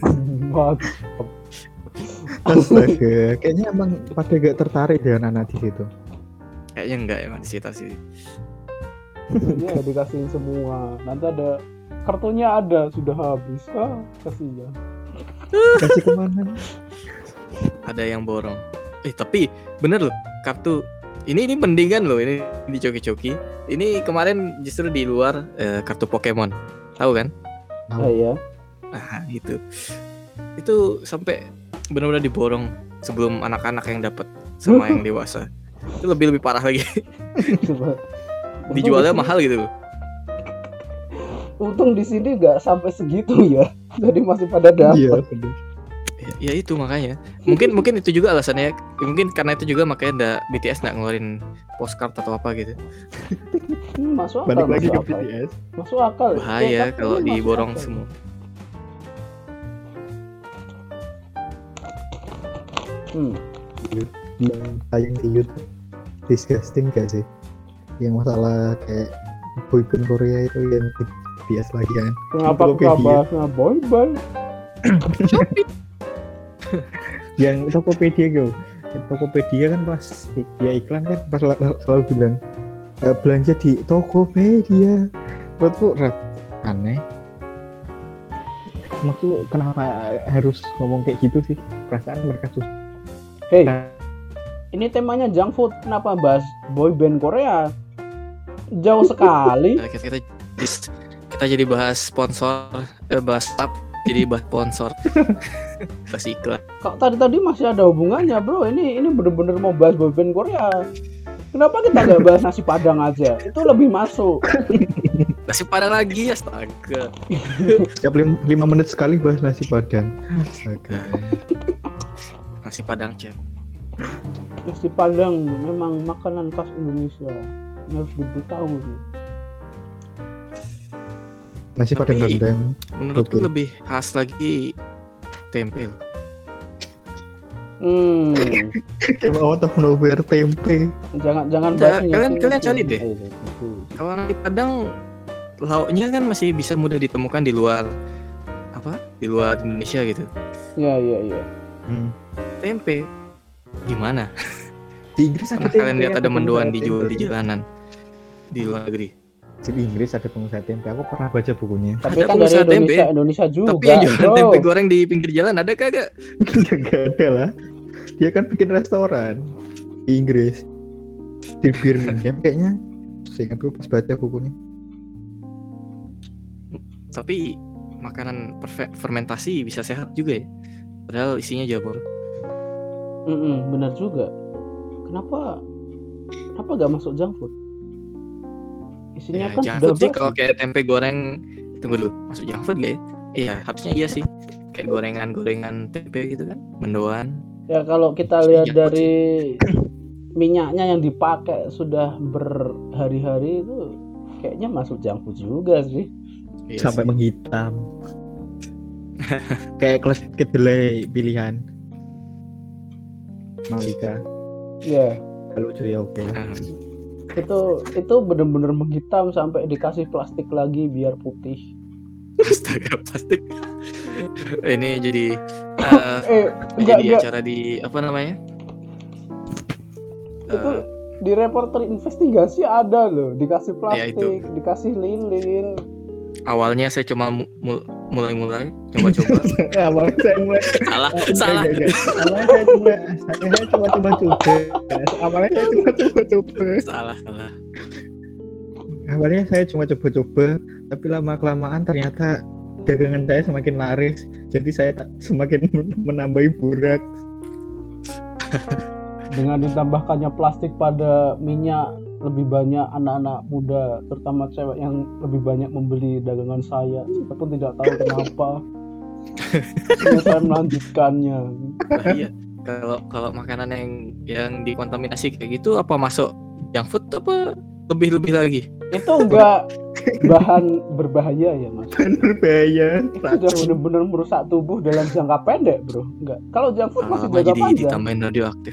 Speaker 3: Astaga, kayaknya emang pada gak tertarik dengan anak di situ.
Speaker 2: Kayaknya enggak emang di situ sih.
Speaker 1: Ya dikasihin semua. Nanti ada kartunya ada sudah habis. Kasihan.
Speaker 3: Kasih kemana?
Speaker 2: Ada yang borong. Tapi bener loh, kartu ini mendingan loh, ini di coki-coki. Ini kemarin justru di luar kartu Pokemon. Tahu kan?
Speaker 1: Iya.
Speaker 2: Nah, itu sampai benar-benar diborong sebelum anak-anak yang dapat. sama yang dewasa. Itu lebih parah lagi. Dijualnya mahal gitu.
Speaker 1: Untung di sini nggak sampai segitu ya. Jadi masih pada dapat.
Speaker 3: Iya, bener.
Speaker 2: Ya itu makanya. Mungkin itu juga alasannya. Mungkin karena itu juga makanya BTS nggak ngeluarin postcard atau apa gitu.
Speaker 1: Masuk akal.
Speaker 3: Balik lagi ke
Speaker 1: Masuk akal.
Speaker 3: BTS.
Speaker 1: Masuk akal.
Speaker 2: Bahaya
Speaker 1: tapi
Speaker 2: kalau
Speaker 1: masuk
Speaker 2: diborong
Speaker 1: akal.
Speaker 2: semua.
Speaker 3: Yang tayang di YouTube disgusting gak sih? Yang masalah kayak boyband Korea itu yang di BTS lagi kan.
Speaker 1: Kenapa
Speaker 3: Tokopedia.
Speaker 1: kita bahasnya boyband?
Speaker 3: Yang Tokopedia gitu. Tokopedia kan pas dia iklan kan pas selalu bilang belanja di Tokopedia. Menurutku aneh. Maksudku kenapa harus ngomong kayak gitu sih? Perasaan mereka susah.
Speaker 1: Hey, ini temanya junk food. Kenapa bahas boyband Korea? Jauh sekali.
Speaker 2: Nah, kita jadi bahas sponsor, bahas tab, jadi bahas sponsor. Bahas iklan.
Speaker 1: Kok tadi masih ada hubungannya, bro? Ini bener-bener mau bahas boyband Korea. Kenapa kita nggak bahas nasi padang aja? Itu lebih masuk.
Speaker 2: Nasi padang lagi, astaga.
Speaker 3: Setiap 5 menit sekali bahas nasi padang. Astaga.
Speaker 2: Nasi padang cek.
Speaker 1: Nasi padang memang makanan khas Indonesia. Ini harus diberitahu sih.
Speaker 3: Nasi padang
Speaker 2: Tapi,
Speaker 3: rendang.
Speaker 2: Menurutku
Speaker 3: Oke.
Speaker 2: lebih khas lagi tempe.
Speaker 3: Kayak out of nowhere tempe.
Speaker 1: Jangan
Speaker 2: Nah,
Speaker 1: bahas
Speaker 2: kalian cari deh. Kalau nasi padang lauknya kan masih bisa mudah ditemukan di luar di luar Indonesia gitu.
Speaker 1: Iya.
Speaker 2: Tempe gimana?
Speaker 3: Di Inggris ada
Speaker 2: Pernah kalian lihat ada
Speaker 3: pengusaha
Speaker 2: mendoan
Speaker 3: tempe.
Speaker 2: dijual di jalanan di luar negeri?
Speaker 3: Di Inggris ada pengusaha tempe. Aku pernah baca bukunya.
Speaker 1: Tapi
Speaker 2: Ada
Speaker 1: kan dari
Speaker 2: pengusaha tempe.
Speaker 1: Indonesia juga.
Speaker 2: Tapi yang jualan
Speaker 1: bro.
Speaker 2: tempe goreng di pinggir jalan ada kagak?
Speaker 3: Gak ada lah. Dia kan bikin restoran di Inggris. Di Birmingham kayaknya. Seingat gue pas baca bukunya.
Speaker 2: Tapi makanan fermentasi bisa sehat juga ya. Padahal isinya jamur.
Speaker 1: Benar juga. Kenapa gak masuk junk food? Isinya
Speaker 2: Ya,
Speaker 1: kan
Speaker 2: junk
Speaker 1: sudah
Speaker 2: food sih
Speaker 1: basi.
Speaker 2: kalau kayak tempe goreng. Tunggu dulu, masuk junk food gak ya? Iya, harusnya iya sih. Kayak gorengan tempe gitu kan, mendoan.
Speaker 1: Ya kalau kita
Speaker 2: Harusnya
Speaker 1: lihat
Speaker 2: junk food
Speaker 1: dari minyaknya yang dipakai sudah berhari-hari itu kayaknya masuk junk food juga sih.
Speaker 2: Iya
Speaker 3: Sampai
Speaker 2: sih.
Speaker 3: menghitam. Kayak kelas kedelai pilihan. Malika.
Speaker 1: Ya,
Speaker 3: Lucu ya, oke.
Speaker 2: Nah,
Speaker 1: itu benar-benar menghitam sampai dikasih plastik lagi biar putih.
Speaker 2: astaga, plastik. Ini jadi
Speaker 1: Enggak.
Speaker 2: acara di apa namanya?
Speaker 1: Itu di reporter investigasi ada loh, dikasih
Speaker 2: Ya,
Speaker 1: plastik,
Speaker 2: itu.
Speaker 1: dikasih lilin.
Speaker 2: Awalnya saya cuma mulai coba-coba.
Speaker 3: Awalnya saya mulai
Speaker 2: salah.
Speaker 3: Awalnya saya cuma coba-coba. Awalnya saya cuma coba-coba.
Speaker 2: Salah.
Speaker 3: Awalnya saya cuma coba-coba, tapi lama-kelamaan ternyata dagangan saya semakin laris. Jadi saya semakin menambahi burak.
Speaker 1: Dengan ditambahkannya plastik pada minyak, lebih banyak anak-anak muda, terutama cewek yang lebih banyak membeli dagangan saya. Saya pun tidak tahu kenapa. Terus saya melanjutkannya.
Speaker 2: Nah, iya. Kalau makanan yang dikontaminasi kayak gitu apa masuk junk food apa lebih lagi?
Speaker 1: Itu enggak bahan berbahaya ya mas.
Speaker 3: Berbahaya.
Speaker 1: Itu sudah benar-benar merusak tubuh dalam jangka pendek bro. Enggak. Kalau junk food masih
Speaker 2: Lama
Speaker 1: jangka
Speaker 2: jadi
Speaker 1: panjang.
Speaker 2: ditambahin radioaktif.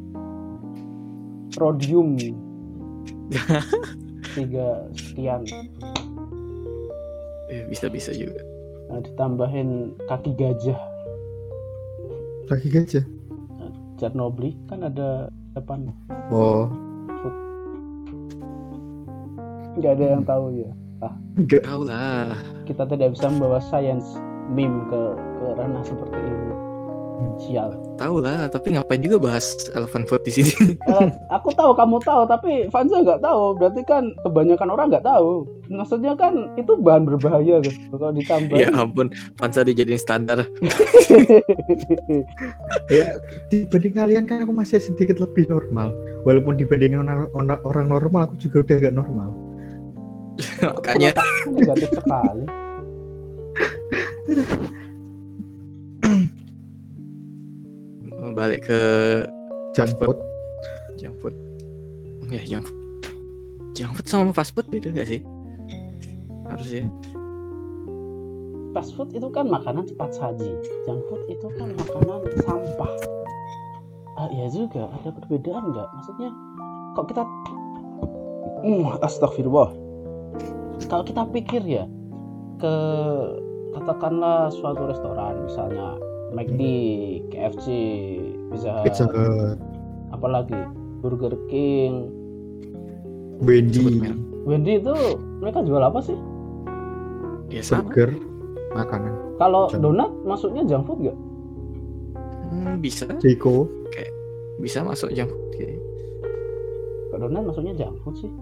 Speaker 1: Rhodium 3 sekian.
Speaker 2: Bisa juga.
Speaker 1: Nah, ditambahin kaki gajah.
Speaker 3: Kaki gajah.
Speaker 1: Chernobyl kan ada depan.
Speaker 3: Oh,
Speaker 1: Nggak ada yang tahu ya.
Speaker 3: enggak.
Speaker 2: Tahu lah.
Speaker 1: Kita tidak bisa membawa sains meme ke ranah seperti ini. Sial.
Speaker 2: Tahu lah, tapi ngapain juga bahas elephant food di sini?
Speaker 1: Aku tahu, kamu tahu, tapi Vanza nggak tahu. Berarti kan kebanyakan orang nggak tahu. Maksudnya kan itu bahan berbahaya kan kalau ditambah.
Speaker 2: Ya ampun, Pansa dijadiin standar.
Speaker 3: Ya, dibanding kalian kan aku masih sedikit lebih normal. Walaupun dibanding orang normal, aku juga udah agak normal.
Speaker 2: Makanya
Speaker 1: Negatif sekali.
Speaker 2: balik ke
Speaker 3: Junk food.
Speaker 2: junk food. Ya, junk food sama fast food beda gak sih? Harusnya.
Speaker 1: Fast food itu kan makanan cepat saji. Junk food itu kan makanan sampah. Ya juga, ada perbedaan nggak? Maksudnya, kok kita astagfirullah. Kalau kita pikir ya, katakanlah suatu restoran, misalnya McD, KFC, Pizza Hut, apalagi Burger King, Wendy itu mereka jual apa sih?
Speaker 2: Ya sama.
Speaker 3: Burger, makanan.
Speaker 1: Kalau donat masuknya junk food nggak?
Speaker 2: Bisa.
Speaker 3: Jeko.
Speaker 2: Kayak bisa masuk junk food kayak.
Speaker 1: Kalau donat masuknya junk food sih.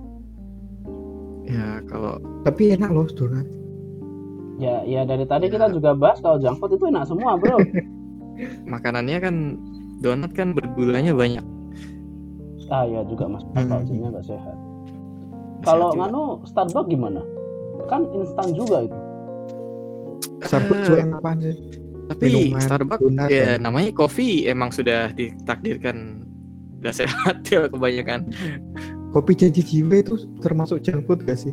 Speaker 2: Ya kalau.
Speaker 3: Tapi enak loh donat.
Speaker 1: Ya dari tadi kita juga bahas kalau junk food itu enak semua, bro.
Speaker 2: Makanannya kan donat kan bergulanya banyak.
Speaker 1: Ya juga masuk akal, jadinya nggak sehat. Kalau nganu Starbucks gimana? Kan instan juga itu.
Speaker 3: Starbucks juga enak apaan sih?
Speaker 2: Tapi
Speaker 3: Minuman,
Speaker 2: Starbucks
Speaker 3: donat,
Speaker 2: ya namanya kopi emang sudah ditakdirkan udah sehat ya kebanyakan.
Speaker 3: Kopi janji jiwa itu termasuk junk food gak sih?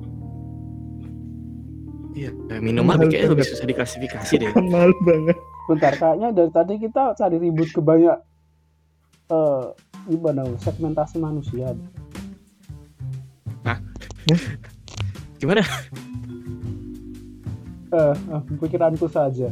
Speaker 2: Iya, minuman kayaknya lebih susah diklasifikasi deh.
Speaker 3: Malu banget.
Speaker 1: Bentar, kayaknya dari tadi kita cari ribut ke banyak gimana segmentasi manusia.
Speaker 2: Nah, gimana?
Speaker 1: Pikiranku saja.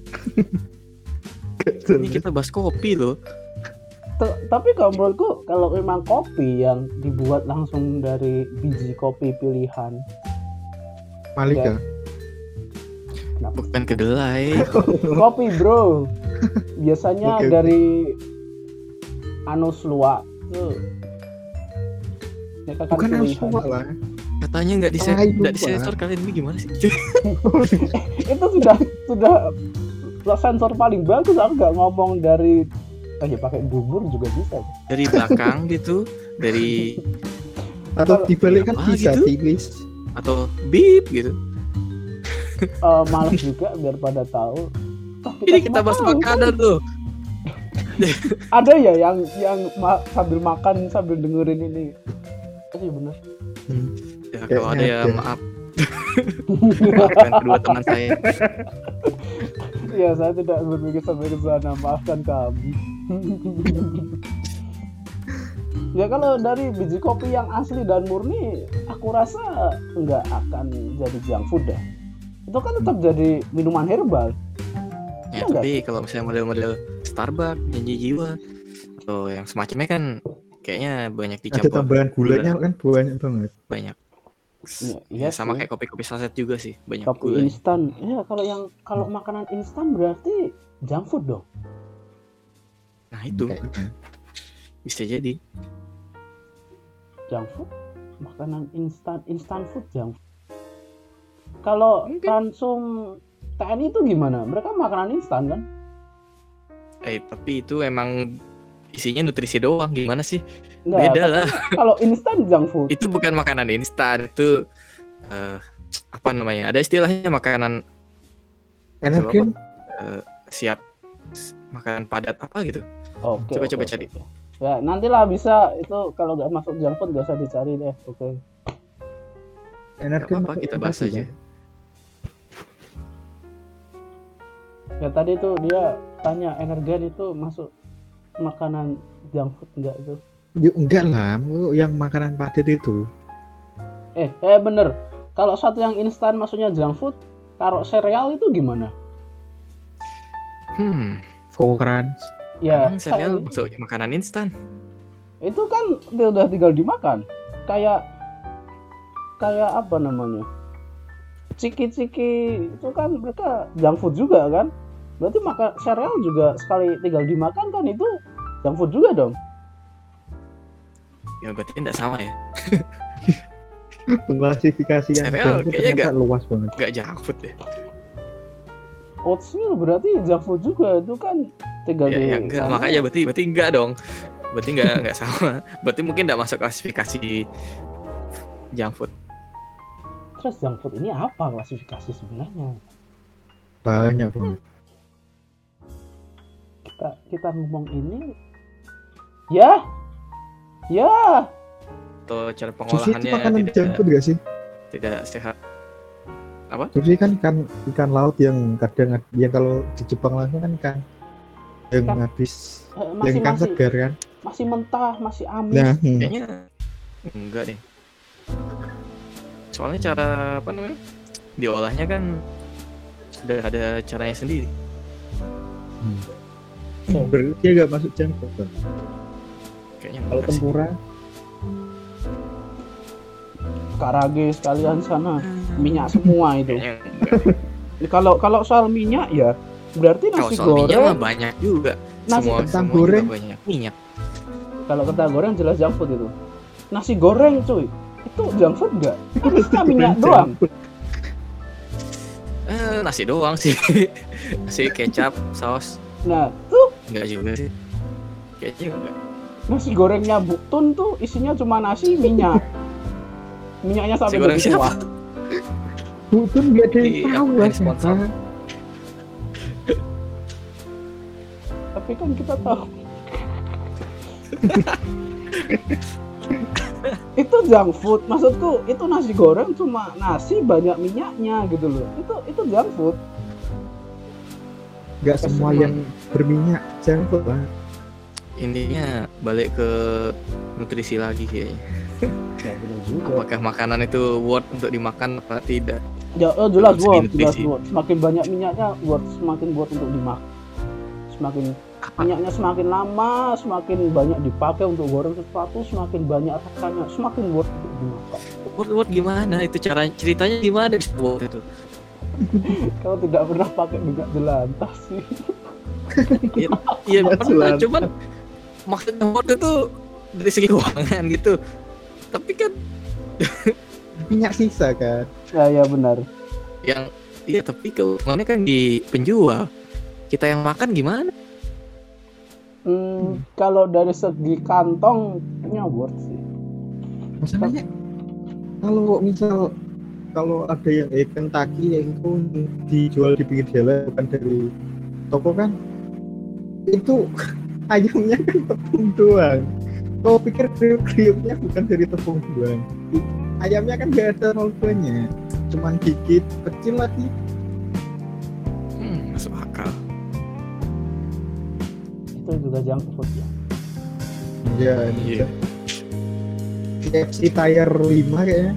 Speaker 2: Ini kita bahas kopi loh.
Speaker 1: Tapi kalau menurutku kalau memang kopi yang dibuat langsung dari biji kopi pilihan
Speaker 3: Malika.
Speaker 2: Bukan kedelai.
Speaker 1: Kopi bro. Biasanya dari Anus Luwak tuh.
Speaker 3: Bukan Anus Luwak lah.
Speaker 2: Katanya nggak disensor kalian ini gimana sih?
Speaker 1: Itu sudah sensor paling bagus. Aku nggak ngomong dari pakai bubur juga bisa.
Speaker 2: Dari belakang gitu, dari
Speaker 3: atau dibalik kan bisa
Speaker 2: gitu?
Speaker 3: tipis.
Speaker 2: Atau beep gitu.
Speaker 1: Males juga biar pada tahu.
Speaker 2: Ini kita bahas makanan tuh.
Speaker 1: Ada ya yang sambil makan sambil dengerin ini. Iya benar.
Speaker 2: Ya kalau ada ya maaf. Maafkan kedua teman saya.
Speaker 1: Ya saya tidak berpikir sampai ke sana. Maafkan kami. Ya kalau dari biji kopi yang asli dan murni, aku rasa nggak akan jadi junk food dah. Itu kan tetap jadi minuman herbal.
Speaker 2: Ya tapi kalau misalnya model-model Starbucks, janji jiwa atau yang semacamnya kan kayaknya banyak dicampur.
Speaker 3: Ada tambahan gulanya kan banyak banget.
Speaker 2: Banyak.
Speaker 1: Ya,
Speaker 2: sama
Speaker 1: sih.
Speaker 2: kayak kopi-kopi saset juga sih, banyak
Speaker 1: kopi
Speaker 2: gula.
Speaker 1: Instan. Ya kalau makanan instan berarti junk food dong.
Speaker 2: Nah itu bisa jadi
Speaker 1: junk food, makanan instan food junk food. Kalau Ransum TNI itu gimana? Mereka makanan instan kan?
Speaker 2: Tapi itu emang isinya nutrisi doang, gimana sih?
Speaker 1: Nggak,
Speaker 2: beda lah.
Speaker 1: Kalau instan junk food.
Speaker 2: Itu bukan makanan instan, itu apa namanya? Ada istilahnya makanan
Speaker 3: energen.
Speaker 2: Siap makanan padat apa gitu.
Speaker 1: Oke.
Speaker 2: Coba cari.
Speaker 1: Ya nantilah bisa itu kalau nggak masuk junk food nggak usah dicari deh. Oke.
Speaker 3: Energen
Speaker 2: apa kita bahas aja.
Speaker 1: Ya tadi tuh dia tanya energen itu masuk makanan junk food enggak itu?
Speaker 3: Enggak lah, yang makanan padat itu.
Speaker 1: Bener. Kalau satu yang instan maksudnya junk food, taruh sereal itu gimana?
Speaker 3: Crunch.
Speaker 1: Ya,
Speaker 2: sereal masuk makanan instan.
Speaker 1: Itu kan udah tinggal dimakan. Kayak apa namanya? Ciki-ciki itu kan mereka junk food juga kan? Berarti makan sereal juga sekali tinggal dimakan kan itu junk food juga dong.
Speaker 2: Ya berarti enggak sama ya.
Speaker 3: Klasifikasi yang
Speaker 2: Sereal kayaknya
Speaker 3: ternyata luas banget.
Speaker 2: Enggak junk food ya.
Speaker 1: Oatmeal berarti junk food juga itu kan tinggal
Speaker 2: Ya enggak, makanya berarti enggak dong. Berarti enggak sama. Berarti mungkin enggak masuk klasifikasi junk food.
Speaker 1: Terus junk food ini apa klasifikasi sebenarnya?
Speaker 3: Banyak banget.
Speaker 1: Kita ngomong ini ya
Speaker 2: Atau cara
Speaker 3: Sushi itu
Speaker 2: pengolahannya
Speaker 3: makanan junk food gak sih?
Speaker 2: tidak sehat. Apa?
Speaker 3: Sushi kan ikan laut yang kadang ya kalau di Jepang langsung kan ikan yang
Speaker 1: Ikan-
Speaker 3: habis
Speaker 1: masih
Speaker 3: yang ikan
Speaker 1: masih
Speaker 3: segar kan.
Speaker 1: masih mentah, masih amis.
Speaker 3: Nah,
Speaker 2: Kayaknya enggak deh. Soalnya cara apa namanya? Diolahnya kan sudah ada caranya sendiri.
Speaker 3: berarti dia gak masuk junk food kan?
Speaker 2: Kayaknya
Speaker 3: Kalau
Speaker 2: enggak sih.
Speaker 3: tempura
Speaker 1: Karage sekalian sana minyak semua itu.
Speaker 2: Kayaknya enggak.
Speaker 1: Kalau soal minyak ya berarti
Speaker 2: Kalau
Speaker 1: nasi
Speaker 2: soal minyak mah
Speaker 1: goreng.
Speaker 2: banyak juga.
Speaker 1: Nasi
Speaker 3: kentang
Speaker 2: Semua
Speaker 3: goreng.
Speaker 2: juga banyak minyak.
Speaker 1: Kalau kentang goreng jelas junk food itu. Nasi goreng cuy, itu junk food nggak? Kan isinya minyak
Speaker 3: Junk
Speaker 1: doang.
Speaker 3: food.
Speaker 2: Nasi doang sih. Nasi kecap, saus
Speaker 1: Nah tuh
Speaker 2: enggak juga sih. Kayaknya enggak.
Speaker 1: nasi gorengnya Buktun tuh isinya cuma nasi minyak. Minyaknya sampai
Speaker 2: Nasi goreng
Speaker 1: begitu.
Speaker 2: siapa?
Speaker 3: Bukan gak ada yang
Speaker 2: Iya,
Speaker 3: tahu
Speaker 2: bukan
Speaker 3: lah
Speaker 2: sponsor.
Speaker 3: siapa.
Speaker 1: Tapi kan kita tahu. Itu junk food, maksudku itu nasi goreng cuma nasi banyak minyaknya gitu loh. Itu junk food.
Speaker 3: Gak semua yang berminyak junk food lah.
Speaker 2: Intinya balik ke nutrisi lagi kayaknya.
Speaker 1: Ya benar juga.
Speaker 2: Apakah makanan itu worth untuk dimakan apa tidak?
Speaker 1: Ya jelas
Speaker 2: Segi
Speaker 1: worth,
Speaker 2: nutrisi.
Speaker 1: jelas worth. Semakin banyak minyaknya semakin worth untuk dimakan. Semakin minyaknya semakin lama, semakin banyak dipakai untuk goreng sesuatu, semakin banyak rasanya, semakin worth untuk dimakan.
Speaker 2: Worth gimana? Itu cara ceritanya gimana bisa worth itu?
Speaker 1: Kalau tidak pernah pakai minyak jelantah sih.
Speaker 2: Iya
Speaker 3: Nggak
Speaker 2: pernah,
Speaker 3: jelas.
Speaker 2: cuman maksudnya worth itu dari segi keuangan gitu. Tapi kan
Speaker 3: Minyak sisa kan.
Speaker 1: Ya benar.
Speaker 2: yang iya tapi keuangannya kan di penjual. Kita yang makan gimana?
Speaker 1: Kalau dari segi kantongnya worth sih.
Speaker 3: Masalahnya kalau misal kalau ada yang Kentucky yang itu dijual di pinggir jalan bukan dari toko kan, itu ayamnya kan tepung doang. Kau pikir kriuk-kriuknya bukan dari tepung doang. Ayamnya kan gak ada rolnya, cuman dikit kecil lagi.
Speaker 2: Masuk akal.
Speaker 1: Itu juga junk food ya.
Speaker 3: Ya,
Speaker 2: Iya.
Speaker 3: KFC Tire 5 kayaknya.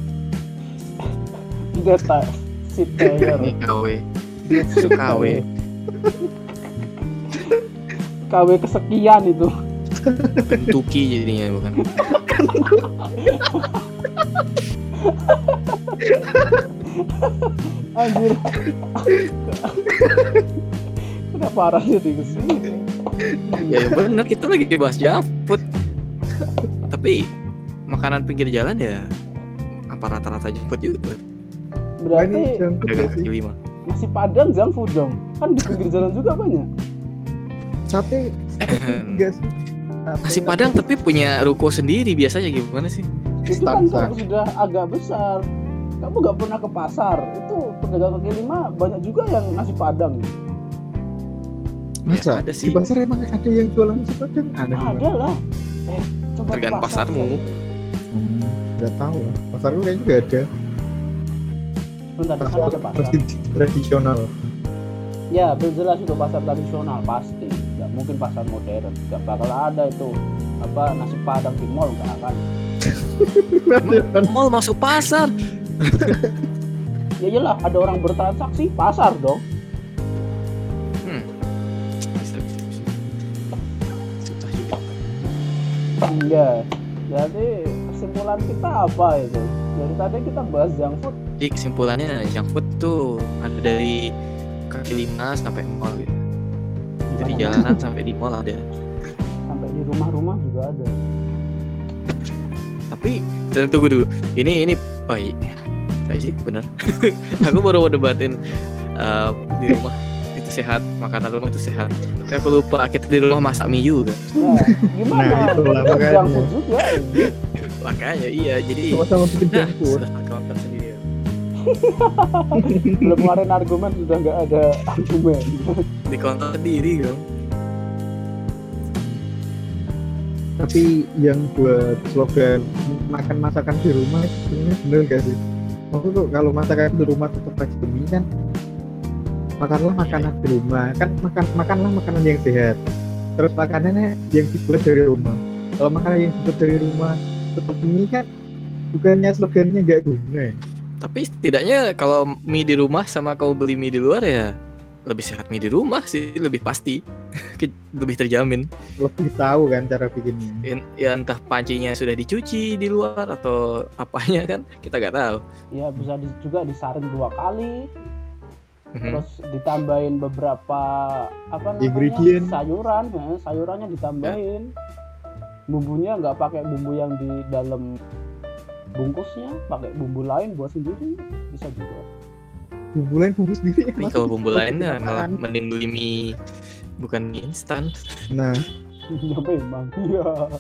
Speaker 1: Data si Taylor.
Speaker 2: Ini KW. Itu KW.
Speaker 1: KW kesekian itu.
Speaker 2: Kentucky jadinya bukan.
Speaker 1: Anjir. Kenapa arahnya di sini?
Speaker 2: Ya benar kita lagi bahas junk food. Tapi makanan pinggir jalan ya apa rata-rata junk food juga.
Speaker 1: Berarti
Speaker 3: junk food
Speaker 2: Dagang
Speaker 3: gak sih?
Speaker 2: kaki lima.
Speaker 1: nasi Padang junk food dong. Kan di pinggir jalan juga banyak.
Speaker 3: Sate enggak sih?
Speaker 2: Nasi Padang tapi punya ruko sendiri biasanya gimana sih?
Speaker 1: Itu kan
Speaker 3: Stanza.
Speaker 1: kalau sudah agak besar. Kamu gak pernah ke pasar. Itu pedagang kaki lima banyak juga yang nasi Padang.
Speaker 3: Masa?
Speaker 2: Ya, ada
Speaker 3: Di
Speaker 2: sih.
Speaker 3: pasar emang ada yang jualan nasi Padang?
Speaker 1: Ada lah. Coba ke
Speaker 2: Tergantung
Speaker 1: pasar
Speaker 2: pasarmu.
Speaker 1: deh.
Speaker 3: Nggak tahu lah. Pasarku kayaknya nggak ada.
Speaker 1: Bentar, di sana ada pasar.
Speaker 3: Tradisional.
Speaker 1: Ya, jelas itu pasar tradisional pasti. Gak mungkin pasar modern. Gak bakal ada itu apa nasi Padang di mall, gak akan.
Speaker 2: Mall masuk pasar.
Speaker 1: Ya iyalah, ada orang bertransaksi pasar dong.
Speaker 2: Bisa. Susah juga.
Speaker 1: Iya. Jadi kesimpulan kita apa itu? Dari tadi kita bahas junk food.
Speaker 2: Jadi kesimpulannya junk food tuh ada dari kaki 5 sampai mall gitu. Dari jalanan sampai di mall ada.
Speaker 1: Sampai di rumah-rumah juga ada.
Speaker 2: Tapi tunggu dulu. Ini oh iya. Saya sih benar. Aku baru mau debatin di rumah itu sehat, makanan rumah itu sehat. Tapi aku lupa kita di rumah masak mie juga.
Speaker 1: Nah, gimana?
Speaker 3: Nah, itulah makanya.
Speaker 1: Junk food juga.
Speaker 2: Makanya iya, jadi
Speaker 3: Sama-sama bikin junk food.
Speaker 2: sudah counter sendiri.
Speaker 1: Belum ngeluarin argumen sudah nggak ada argumen.
Speaker 2: Di counter sendiri dong.
Speaker 3: Tapi yang buat slogan makan masakan di rumah itu sebenarnya bener gak sih? Maksudku tuh kalau masakan di rumah tetap aja demi kan makanlah makanan di rumah kan makanlah makanan yang sehat. Terus makanannya yang dibuat dari rumah. Kalau makanan yang dibuat dari rumah tetap demi kan bukannya slogannya nggak guna.
Speaker 2: Tapi setidaknya kalau mie di rumah sama kau beli mie di luar ya lebih sehat mie di rumah sih, lebih pasti. Lebih terjamin.
Speaker 3: Lebih tahu kan cara bikinnya.
Speaker 2: Ya entah pancinya sudah dicuci di luar atau apanya kan kita nggak tahu.
Speaker 1: Ya bisa juga disaring 2 kali. Terus ditambahin beberapa
Speaker 3: Ingredient.
Speaker 1: sayuran, ya, sayurannya ditambahin. Bumbunya nggak pakai bumbu yang di dalam bungkusnya, pakai bumbu lain buat sendiri bisa juga.
Speaker 3: Bumbu lain bumbu sendiri.
Speaker 2: Tapi kalau bumbu lainnya malah mending beli mie bukan mie instan.
Speaker 3: Nah,
Speaker 1: Ya memang, iya.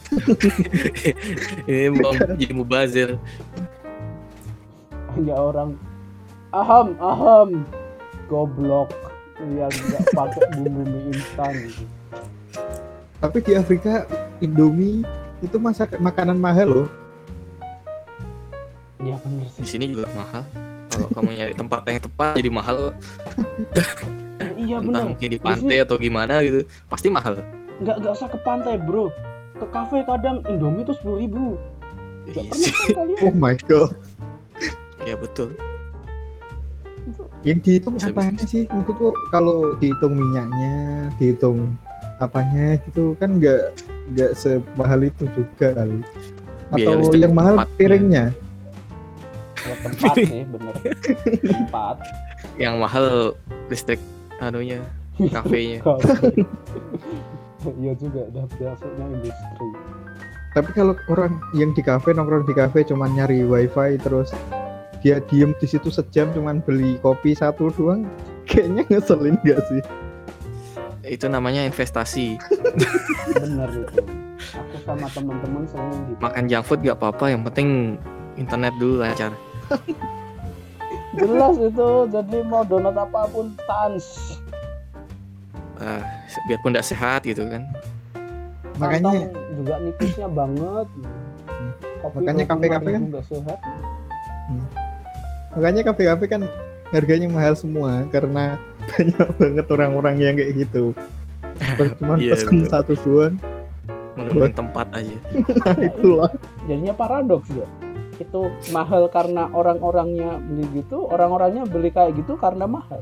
Speaker 2: Ini mau jadi mubazir.
Speaker 1: Hanya orang aham goblok yang nggak pakai bumbu mie instan gitu.
Speaker 3: tapi di Afrika Indomie itu makanan mahal loh.
Speaker 1: Iya bener
Speaker 2: Di
Speaker 1: sih.
Speaker 2: sini juga mahal. Kalau kamu nyari tempat yang tepat jadi mahal.
Speaker 1: Iya
Speaker 2: Entah
Speaker 1: bener.
Speaker 2: mungkin di pantai atau gimana gitu, pasti mahal.
Speaker 1: Nggak usah ke pantai bro. Ke kafe kadang Indomie tuh 10.000. Nggak
Speaker 2: Iya
Speaker 1: pernah
Speaker 2: sih.
Speaker 1: kan kalian?
Speaker 3: Oh my god.
Speaker 2: Ya betul.
Speaker 3: Yang dihitung
Speaker 2: Bisa,
Speaker 3: apanya sih? Maksudku kalau dihitung minyaknya, dihitung apanya gitu kan nggak semahal itu juga kali.
Speaker 2: Biaya
Speaker 3: Atau
Speaker 2: listrik
Speaker 3: yang mahal
Speaker 2: tempatnya.
Speaker 3: piringnya.
Speaker 1: Ya tempat sih bener. Tempat.
Speaker 2: Yang mahal listrik anunya, kafenya.
Speaker 1: Iya juga udah masuknya industri.
Speaker 3: Tapi kalau orang yang di kafe nongkrong di kafe cuman nyari wifi terus dia diem di situ sejam cuman beli kopi 1 doang, kayaknya ngeselin gak sih?
Speaker 2: Itu namanya investasi.
Speaker 1: Bener itu. Aku sama teman-teman sering gitu.
Speaker 2: Makan junk food gak apa-apa, yang penting internet dulu lancar.
Speaker 1: Jelas itu, jadi mau download apapun sans.
Speaker 2: Biarpun tidak sehat gitu kan.
Speaker 3: Makanya
Speaker 1: Kantong juga nipisnya banget. Kopi
Speaker 3: Makanya kafe-kafe kan
Speaker 1: nggak sehat.
Speaker 3: Makanya kafe-kafe kan harganya mahal semua karena banyak banget orang-orang yang kayak gitu. Cuma
Speaker 2: Iya,
Speaker 3: pesen
Speaker 2: betul.
Speaker 3: 1 doang.
Speaker 2: Menurut tempat aja.
Speaker 3: Nah, itulah.
Speaker 1: Jadinya paradoks ya. Itu mahal karena orang-orangnya beli gitu, orang-orangnya beli kayak gitu karena mahal.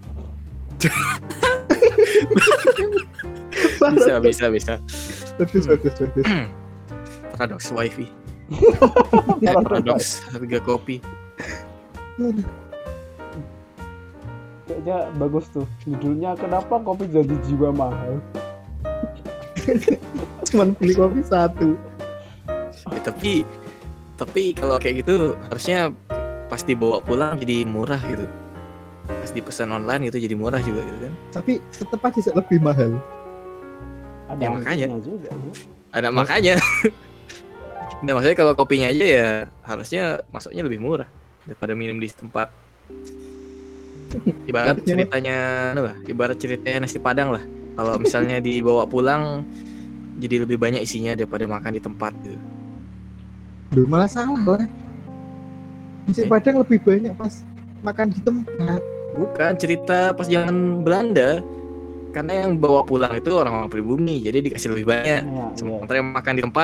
Speaker 2: Bisa.
Speaker 3: Bagus.
Speaker 2: Paradoks wifi. Paradoks harga kopi.
Speaker 1: Kayaknya bagus tuh. Judulnya kenapa kopi jadi jiwa mahal?
Speaker 3: Cuman beli kopi 1.
Speaker 2: Ya, tapi kalau kayak gitu harusnya pasti bawa pulang jadi murah gitu. Pas dipesan online gitu jadi murah juga gitu kan.
Speaker 3: Tapi tetap aja lebih mahal.
Speaker 1: Ada
Speaker 2: Ya, makanya.
Speaker 1: angkanya juga. Ya.
Speaker 2: Ada makanya. Nah, maksudnya kalau kopinya aja ya harusnya masuknya lebih murah daripada minum di tempat. Ibarat ceritanya nasi padang lah. Kalau misalnya dibawa pulang jadi lebih banyak isinya daripada makan di tempat gitu.
Speaker 3: Duh, malah salah lah. Nasi Padang lebih banyak pas makan di tempat.
Speaker 2: Bukan, cerita pas zaman Belanda. Karena yang bawa pulang itu orang-orang pribumi, jadi dikasih lebih banyak.
Speaker 1: Iya.
Speaker 2: Sementara yang makan di tempat,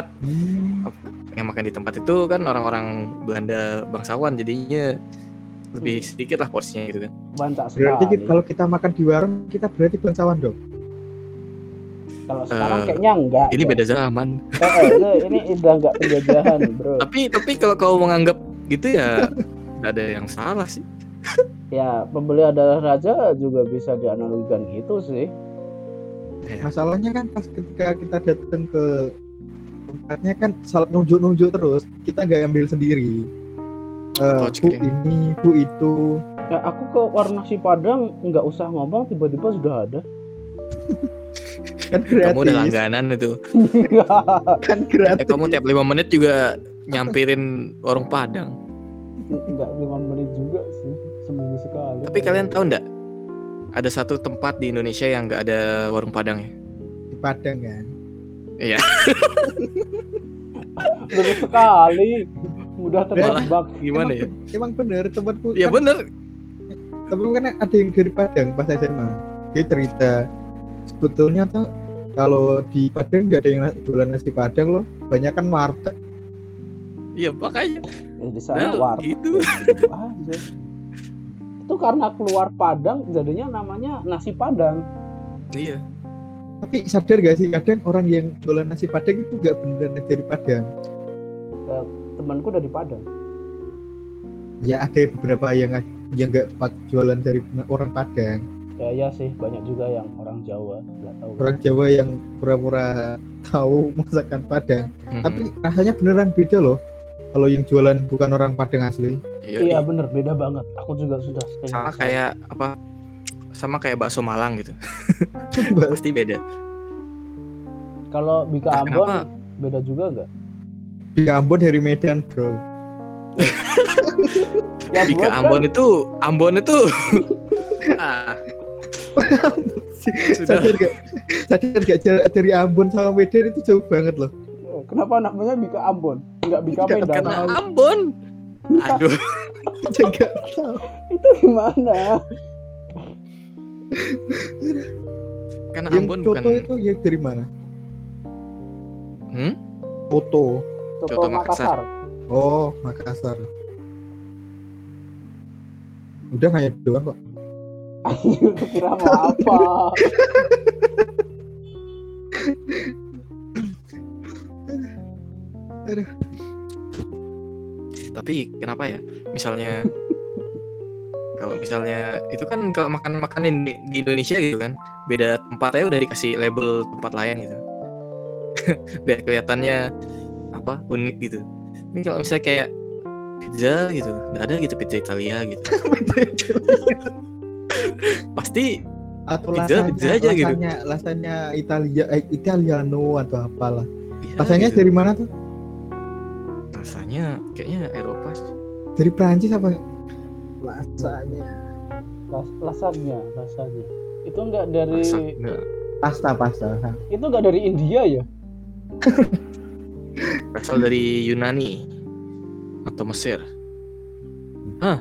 Speaker 2: itu kan orang-orang Belanda bangsawan, jadinya lebih sedikit lah porsinya gitu kan.
Speaker 1: Banyak
Speaker 3: Berarti
Speaker 1: sekali.
Speaker 3: kalau kita makan di warung kita berarti bangsawan dong.
Speaker 1: Kalau sekarang kayaknya enggak.
Speaker 2: Ini
Speaker 1: ya.
Speaker 2: beda zaman.
Speaker 1: Ini udah enggak penjajahan, bro.
Speaker 2: Tapi kalau kau menganggap gitu ya nggak ada yang salah sih.
Speaker 1: Ya, pembeli adalah raja juga bisa dianalogikan gitu sih.
Speaker 3: Masalahnya kan pas ketika kita datang ke tempatnya kan salah nunjuk terus, kita nggak ambil sendiri. Bu ini, bu itu.
Speaker 1: Ya, aku ke warung nasi Padang nggak usah ngomong, tiba-tiba sudah ada.
Speaker 3: Kan gratis.
Speaker 2: Kamu udah langganan itu.
Speaker 3: Kan gratis.
Speaker 2: Kamu tiap 5 menit juga nyampirin warung Padang.
Speaker 1: Nggak 5 menit juga sih, seminggu sekali.
Speaker 2: Tapi kalian tahu nggak? Ada satu tempat di Indonesia yang nggak ada warung Padang ya?
Speaker 3: Di Padang kan.
Speaker 2: Iya.
Speaker 1: Benar sekali. Mudah terjebak.
Speaker 2: Gimana ya?
Speaker 3: Emang bener tempatku.
Speaker 2: Iya
Speaker 3: kan,
Speaker 2: bener.
Speaker 3: tapi kan ada yang dari Padang pas SMA. Dia cerita sebetulnya tuh kalau di Padang nggak ada yang jualan nasi Padang loh, banyak kan warteg.
Speaker 2: Iya makanya.
Speaker 1: Di sana warteg.
Speaker 2: Gitu.
Speaker 1: Aja. Itu karena keluar Padang jadinya namanya nasi Padang.
Speaker 2: Iya.
Speaker 3: Tapi sadar gak sih kadang orang yang jualan nasi Padang itu nggak beneran dari Padang.
Speaker 1: Temanku dari Padang.
Speaker 3: Ya ada beberapa yang nggak jualan dari orang Padang.
Speaker 1: Ya iya sih, banyak juga yang orang Jawa, nggak tahu.
Speaker 3: Orang Jawa yang pura-pura tahu masakan Padang. Tapi rasanya beneran beda loh. Kalau yang jualan bukan orang Padang asli.
Speaker 1: Iya bener, beda banget. Aku juga sudah
Speaker 2: sama kayak apa? Sama kayak bakso Malang gitu. Pasti beda.
Speaker 1: Kalau Bika Ambon beda juga nggak?
Speaker 3: Bika Ambon dari Medan bro.
Speaker 2: Ya, Bika Ambon itu
Speaker 3: sadar gak jarak dari Ambon sama Medan itu jauh banget loh.
Speaker 1: Kenapa namanya Bika Ambon? Enggak Bika Medan.
Speaker 2: Karena Ambon. Aduh.
Speaker 3: Enggak tahu.
Speaker 1: Itu gimana?
Speaker 2: Karena
Speaker 3: yang
Speaker 2: Ambon
Speaker 3: Coto
Speaker 2: bukan.
Speaker 3: Itu yang dari mana?
Speaker 1: Coto
Speaker 2: Makassar.
Speaker 3: Oh, Makassar. Udah kayak doang kok.
Speaker 1: Ayo, kira mau apa?
Speaker 2: Tapi kenapa ya? Kalau misalnya itu kan kalau makan di Indonesia gitu kan, beda tempatnya udah dikasih label tempat lain gitu. Biar kelihatannya apa unik gitu. Ini kalau misalnya kayak pizza gitu, nggak ada gitu pizza Italia gitu. Pasti
Speaker 3: atau
Speaker 2: pizza aja gitu.
Speaker 3: Rasanya Italiano atau apalah.
Speaker 2: Ya,
Speaker 3: rasanya
Speaker 2: gitu.
Speaker 3: dari mana tuh?
Speaker 2: Rasanya kayaknya Eropa.
Speaker 3: Dari Prancis apa?
Speaker 1: Lasagna. Itu enggak dari
Speaker 3: pasta.
Speaker 1: Itu enggak dari India ya?
Speaker 2: Berasal dari Yunani atau Mesir. Hah?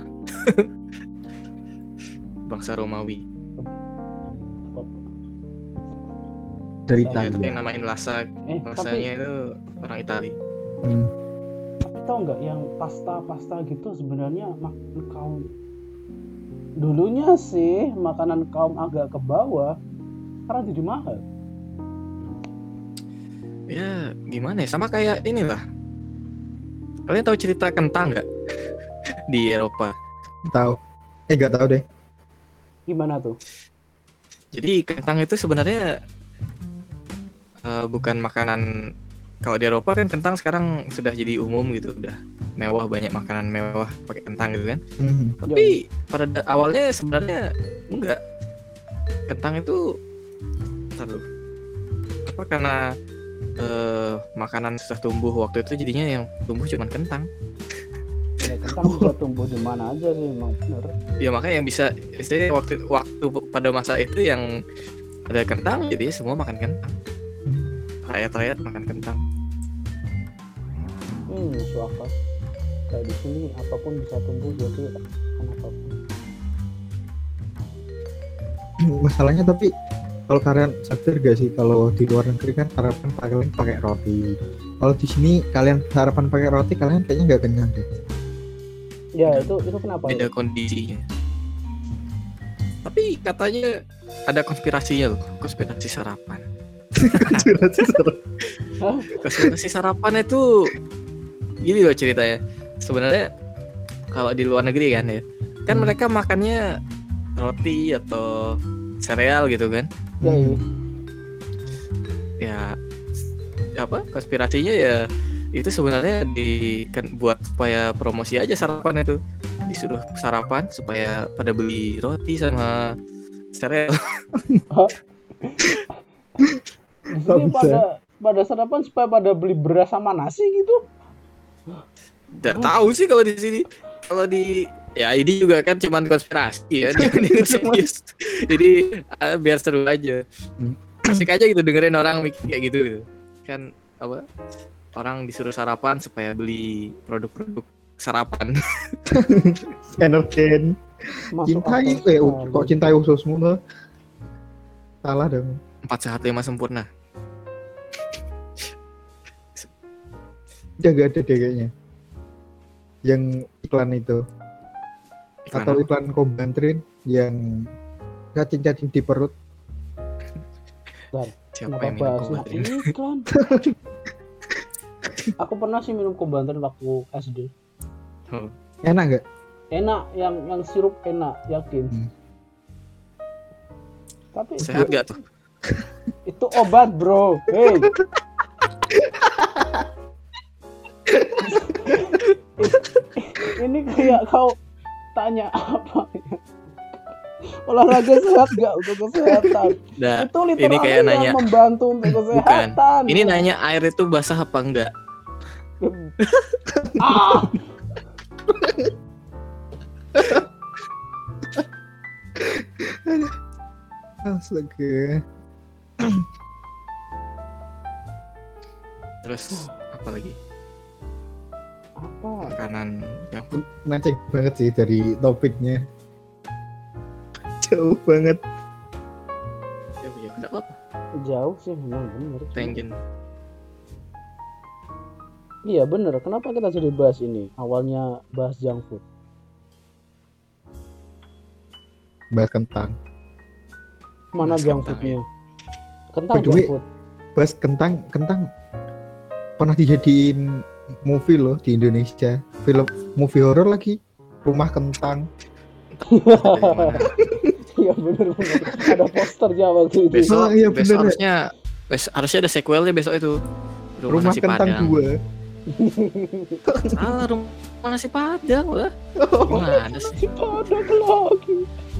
Speaker 2: Bangsa Romawi.
Speaker 3: Dari
Speaker 2: Ya,
Speaker 3: Italia.
Speaker 2: itu yang namain lasagna itu orang Italia.
Speaker 1: Tahu nggak yang pasta gitu sebenarnya kaum dulunya sih makanan kaum agak ke bawah, sekarang jadi mahal.
Speaker 2: Ya gimana ya, sama kayak inilah. Kalian tahu cerita kentang nggak di Eropa?
Speaker 3: Tahu? Nggak tahu deh.
Speaker 1: Gimana tuh?
Speaker 2: Jadi kentang itu sebenarnya bukan makanan. Kalau di Eropa kan kentang sekarang sudah jadi umum gitu, udah mewah, banyak makanan mewah pakai kentang gitu kan. Tapi pada awalnya sebenarnya enggak. Kentang itu karena makanan susah tumbuh waktu itu, jadinya yang tumbuh cuma kentang.
Speaker 1: Ya, kentang bisa tumbuh di mana aja sih, emang bener.
Speaker 2: Ya makanya yang bisa istilahnya waktu pada masa itu yang ada kentang, jadi semua makan kentang. Rakyat makan kentang.
Speaker 1: Masuk akal. Kayak di sini apapun bisa tumbuh, jadi apapun.
Speaker 3: Masalahnya tapi kalau kalian sadar gak sih kalau di luar negeri kan sarapan kalian pakai roti. Kalau di sini kalian sarapan pakai roti, kalian kayaknya nggak kenyang deh.
Speaker 1: Ya itu kenapa?
Speaker 2: Beda kondisinya. Tapi katanya ada konspirasinya loh, konspirasi sarapan. Konspirasi sarapan itu gini loh ceritanya. Sebenarnya kalau di luar negeri kan ya, kan mereka makannya roti atau sereal gitu kan. Ya apa konspirasinya ya itu sebenarnya buat supaya promosi aja sarapan itu, disuruh sarapan supaya pada beli roti sama sereal.
Speaker 1: Jadi pada sarapan supaya pada beli beras sama nasi gitu.
Speaker 2: Nggak tahu sih kalau di sini. Kalau di ya ini juga kan cuman konspirasi ya. Serius. Jadi biar seru aja. Asik aja gitu dengerin orang mikir kayak gitu. Kan apa? Orang disuruh sarapan supaya beli produk-produk sarapan.
Speaker 3: Energen. Cintai kok cintai ususmu loh. Salah dong.
Speaker 2: 4 sehat 5 sempurna.
Speaker 3: Udah gak ada deh kayaknya. Yang iklan itu. Atau iklan Kobantrin yang cacing-cacing di perut.
Speaker 2: Siapa yang minum Kobantrin?
Speaker 1: Iklan. Aku pernah sih minum Kobantrin waktu SD.
Speaker 3: Enak gak?
Speaker 1: Enak, yang sirup enak, yakin. Tapi
Speaker 2: sehat gak tuh?
Speaker 1: Itu obat, bro. Hey. Ini kayak kau tanya apa ya? Olahraga sehat gak untuk kesehatan?
Speaker 2: Nah,
Speaker 1: itu literally
Speaker 2: ini kayak nanya
Speaker 1: membantu untuk kesehatan.
Speaker 2: Bukan. Ini nanya air itu basah apa enggak?
Speaker 3: Astaga.
Speaker 2: Terus apa lagi?
Speaker 1: Apa?
Speaker 2: Makanan yang
Speaker 3: Macet banget sih dari topiknya. Jauh banget.
Speaker 2: ya enggak apa-apa.
Speaker 1: Jauh sih memang bener.
Speaker 2: Tangent.
Speaker 1: Iya bener. Kenapa kita jadi bahas ini? Awalnya bahas junk food.
Speaker 3: Bahas kentang.
Speaker 1: Mana
Speaker 2: Bahas
Speaker 1: junk
Speaker 2: kentang,
Speaker 1: foodnya? Kentang
Speaker 3: By the
Speaker 1: junk
Speaker 3: way,
Speaker 1: food.
Speaker 3: Bahas kentang pernah dijadiin movie loh di Indonesia. Film movie horor lagi. Rumah Kentang.
Speaker 1: Iya bener. Ada posternya waktu itu.
Speaker 2: Besok,
Speaker 3: iya,
Speaker 2: besok
Speaker 3: bener.
Speaker 2: harusnya ada sequelnya besok itu.
Speaker 3: Rumah
Speaker 2: Nasi
Speaker 3: Kentang
Speaker 2: Padang.
Speaker 3: 2.
Speaker 2: Salah, Rumah Nasi Padang lah. Gimana sih?
Speaker 1: Padang lagi.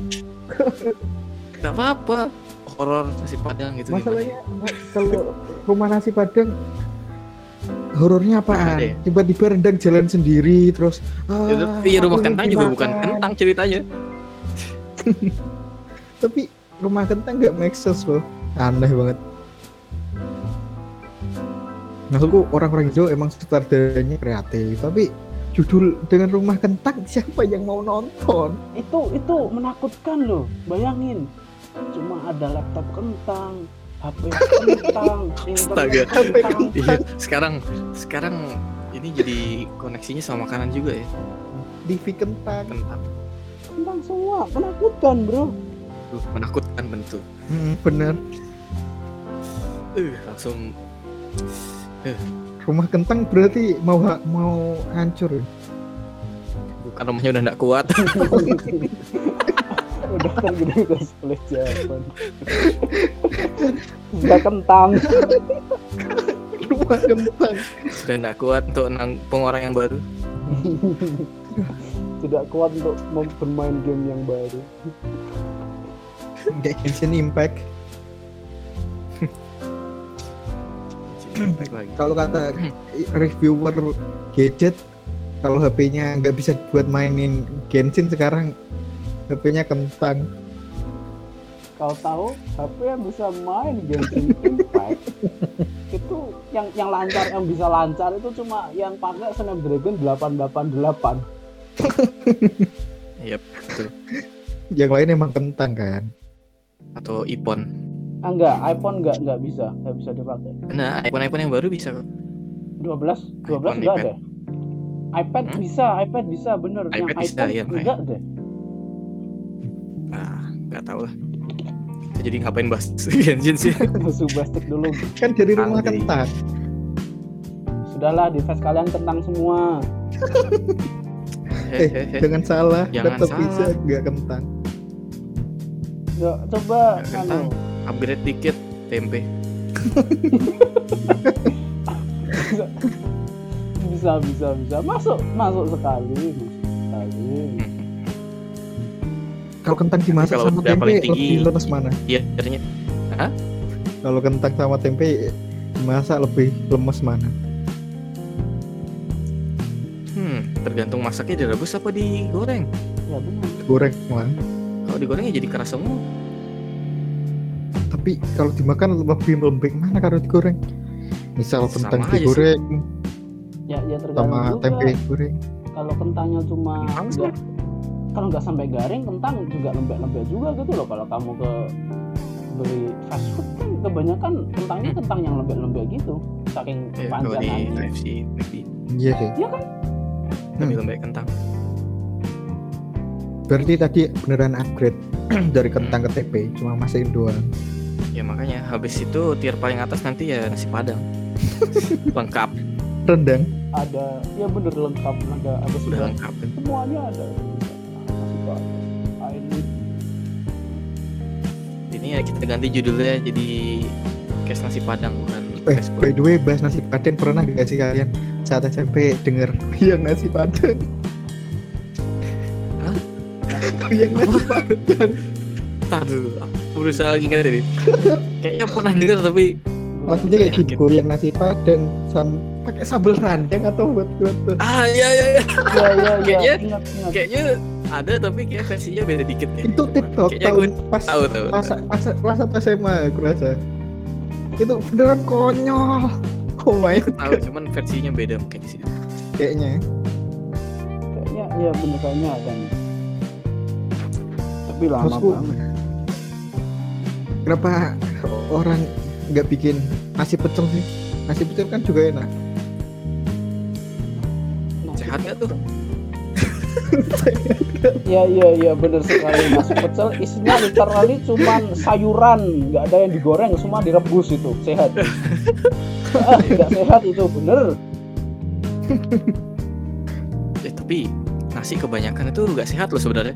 Speaker 2: Gak apa-apa. Horor Nasi Padang gitu.
Speaker 3: Masalahnya kalau Rumah Nasi Padang horornya apaan?
Speaker 2: Ada ya?
Speaker 3: Tiba-tiba rendang jalan sendiri terus
Speaker 2: Iya, Rumah
Speaker 3: aku
Speaker 2: Kentang
Speaker 3: ingin
Speaker 2: juga
Speaker 3: makan.
Speaker 2: bukan kentang ceritanya.
Speaker 3: Tapi Rumah Kentang gak make sense loh. Aneh banget. Maksudku orang-orang Jawa emang sutradaranya kreatif, tapi judul dengan Rumah Kentang siapa yang mau nonton?
Speaker 1: Itu menakutkan loh. Bayangin. Cuma ada laptop kentang, HP kentang,
Speaker 2: Astaga.
Speaker 1: internet kentang.
Speaker 2: Iya, sekarang ini jadi koneksinya sama makanan juga ya.
Speaker 3: TV Kentang.
Speaker 2: Kentang.
Speaker 1: Kentang semua. Menakutkan, bro.
Speaker 2: Tuh, menakutkan bentuk.
Speaker 3: Bener.
Speaker 2: Langsung
Speaker 3: Rumah Kentang berarti mau hancur.
Speaker 2: bukan rumahnya udah nggak kuat.
Speaker 1: Udah kan gede udah split jawaban. Udah kentang.
Speaker 3: Rumah Kentang.
Speaker 2: Sudah nggak kuat untuk nampung orang yang baru.
Speaker 1: Tidak kuat untuk bermain game yang baru.
Speaker 3: Kayak Genshin Impact.
Speaker 2: Baik lagi.
Speaker 3: Kalau kata reviewer gadget, kalau HP-nya nggak bisa buat mainin Genshin sekarang, HP-nya kentang.
Speaker 1: Kau tahu HP yang bisa main Genshin Impact itu yang lancar, yang bisa lancar itu cuma yang pakai Snapdragon 888.
Speaker 2: Iya, betul.
Speaker 3: Yang lain emang kentang kan.
Speaker 2: Atau iPhone.
Speaker 1: Enggak, iPhone enggak bisa dipakai.
Speaker 2: Nah, iPhone yang baru bisa kok.
Speaker 1: 12
Speaker 2: iPhone,
Speaker 1: enggak
Speaker 2: iPad.
Speaker 1: deh. iPad bisa bener.
Speaker 2: iPad
Speaker 1: Yang
Speaker 2: bisa,
Speaker 1: iPhone
Speaker 2: iya,
Speaker 1: enggak deh.
Speaker 2: Nggak tahu lah. Kita jadi ngapain bahas Genshin sih?
Speaker 1: Musuh bastik dulu.
Speaker 3: Kan dari Rumah
Speaker 2: Jadi-
Speaker 3: Kentang.
Speaker 1: Sudahlah, device kalian kentang semua.
Speaker 3: Jangan salah,
Speaker 2: Jangan
Speaker 3: tetap
Speaker 2: salah.
Speaker 3: bisa nggak kentang.
Speaker 1: Ya, coba
Speaker 2: Nggak kentang. Upgrade dikit tempe.
Speaker 1: bisa masuk sekali.
Speaker 3: Kalau kentang dimasak
Speaker 2: Kalau
Speaker 3: sama
Speaker 2: udah
Speaker 3: tempe
Speaker 2: paling tinggi,
Speaker 3: lebih lemes mana?
Speaker 2: Iya, ternyata.
Speaker 3: Kalau kentang sama tempe dimasak lebih lemes mana?
Speaker 2: Tergantung masaknya direbus apa digoreng.
Speaker 1: Ya benar.
Speaker 3: Goreng mana?
Speaker 2: Kalau digoreng ya jadi keras semua.
Speaker 3: Tapi kalau dimakan lebih lembek mana kalau digoreng? Misal
Speaker 2: Sama
Speaker 3: kentang
Speaker 2: aja sih.
Speaker 3: digoreng
Speaker 1: Ya tergantung
Speaker 3: sama
Speaker 1: juga.
Speaker 3: tempe goreng.
Speaker 1: Kalau kentangnya cuma
Speaker 2: Kentang sih.
Speaker 1: kalau nggak sampai garing, kentang juga lembek-lembek juga gitu loh. Kalau kamu ke beli fast food kan kebanyakan kentangnya kentang yang lembek-lembek gitu, saking
Speaker 2: Ya, kalau di
Speaker 1: panjangannya.
Speaker 2: KFC McD
Speaker 3: Iya sih.
Speaker 1: Iya kan?
Speaker 2: lebih lembek kentang.
Speaker 3: Berarti tadi beneran upgrade dari kentang ke tempe, cuma masukin doang.
Speaker 2: Ya makanya habis itu tier paling atas nanti ya nasi padang. Lengkap,
Speaker 3: Rendang.
Speaker 1: Ada, ya bener lengkap, ada
Speaker 2: udah
Speaker 1: segala,
Speaker 2: lengkap.
Speaker 1: semuanya ada. Masih banyak. Ini
Speaker 2: Ini ya kita ganti judulnya jadi podcast nasi padang bukan
Speaker 3: By
Speaker 2: Facebook.
Speaker 3: the way, bahas nasi padang pernah gak sih kalian saat SMP denger yang nasi padang?
Speaker 2: Hah?
Speaker 3: Yang nasi padang.
Speaker 2: Entar dulu, aku berusaha lagi ingat ini. Kayaknya pernah dengar tapi
Speaker 3: Maksudnya kayak gini, yang nasi padang pakai sambal rendang atau buat
Speaker 2: iya.
Speaker 1: ya
Speaker 2: Kayaknya-
Speaker 1: ingat.
Speaker 2: Kayaknya ada tapi kayak versinya beda dikit ya.
Speaker 3: itu TikTok
Speaker 2: Kayaknya gue
Speaker 3: tahun pas
Speaker 2: tahu.
Speaker 3: pas SMA aku rasa itu beneran konyol. Oh my
Speaker 2: Aku tahu
Speaker 3: god,
Speaker 2: cuman versinya beda mungkin di sini.
Speaker 3: kayaknya
Speaker 1: Kayaknya ya bener kayaknya ada nih. Tapi lama
Speaker 3: Maksudku,
Speaker 1: banget.
Speaker 3: kenapa orang nggak bikin nasi pecel sih? Nasi pecel kan juga enak.
Speaker 2: Sehat gak tuh?
Speaker 1: Iya bener sekali. Nasi pecel isinya literally cuman sayuran, nggak ada yang digoreng, semua direbus itu sehat. Nggak sehat itu bener.
Speaker 2: Tapi nasi kebanyakan itu nggak sehat loh sebenarnya.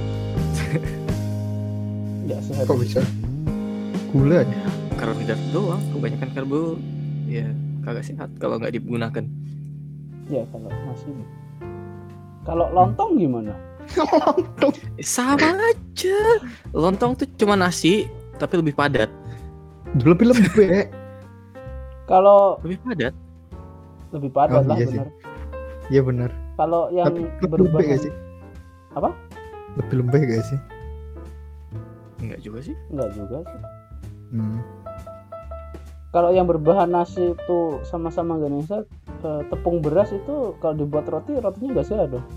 Speaker 1: Nggak sehat.
Speaker 3: Kok bisa? Gula ya?
Speaker 2: Karbohidrat doang, kebanyakan karbo ya kagak sehat kalau nggak digunakan.
Speaker 1: Ya kalau nasi. Kalau lontong gimana?
Speaker 2: Sama aja. Lontong tuh cuma nasi tapi lebih padat.
Speaker 3: Lebih lembek.
Speaker 1: Kalau
Speaker 2: Lebih padat.
Speaker 1: lebih padat
Speaker 3: Oh,
Speaker 1: lah
Speaker 3: iya sih.
Speaker 1: bener.
Speaker 3: Iya benar.
Speaker 1: Kalau yang
Speaker 3: Tapi lebih lembek gak sih?
Speaker 1: Apa?
Speaker 3: Lebih lembek gak sih?
Speaker 2: Enggak juga sih.
Speaker 1: Enggak juga sih.
Speaker 3: Hmm.
Speaker 1: Kalau yang berbahan nasi itu sama-sama gak nih, tepung beras itu kalau dibuat rotinya nggak sehat dong.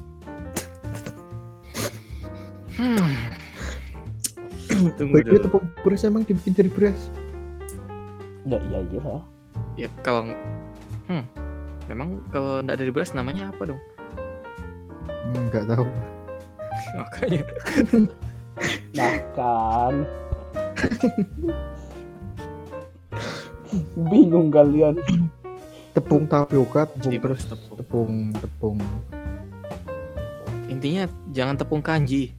Speaker 2: Tunggu
Speaker 3: By the way,
Speaker 2: dulu.
Speaker 3: tepung beras emang dibikin dari beras?
Speaker 1: Ya iya lah.
Speaker 2: Ya kalau memang kalau nggak dari beras namanya apa dong?
Speaker 3: Nggak tahu.
Speaker 2: Makanya
Speaker 1: Nah kan. Bingung kalian.
Speaker 3: Tepung tapioka, tepung
Speaker 2: jadi
Speaker 3: beras,
Speaker 2: beras tepung.
Speaker 3: tepung.
Speaker 2: Intinya jangan tepung kanji.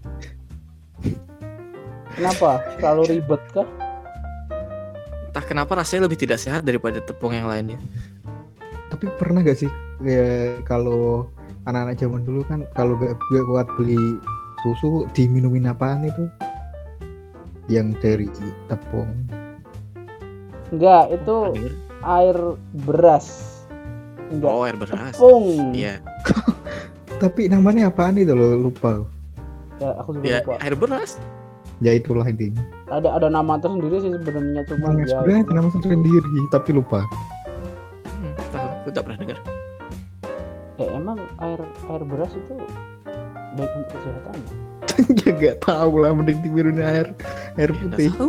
Speaker 1: Kenapa? Terlalu ribet kah?
Speaker 2: Entah kenapa rasanya lebih tidak sehat daripada tepung yang lainnya.
Speaker 3: Tapi pernah gak sih ya, kalau anak-anak zaman dulu kan kalau gak kuat beli susu diminumin apaan itu? Yang dari tepung.
Speaker 1: Enggak, itu
Speaker 2: Denger?
Speaker 1: air beras. Enggak.
Speaker 2: Oh, air beras.
Speaker 1: Tepung.
Speaker 2: Iya,
Speaker 3: Tapi namanya apaan itu loh, lupa.
Speaker 1: Ya, aku juga
Speaker 2: ya
Speaker 1: lupa.
Speaker 2: air beras.
Speaker 3: Ya itulah intinya.
Speaker 1: Ada nama tersendiri sih sebenarnya, cuma
Speaker 3: Nah,
Speaker 1: ya
Speaker 3: sebenarnya nama sendiri tapi lupa.
Speaker 2: Tahu, aku tak pernah dengar.
Speaker 1: ya emang air beras itu baik untuk kesehatan.
Speaker 3: Ya gak tahu lah, mending diminumin air
Speaker 2: Ya,
Speaker 3: putih.
Speaker 2: nggak tahu.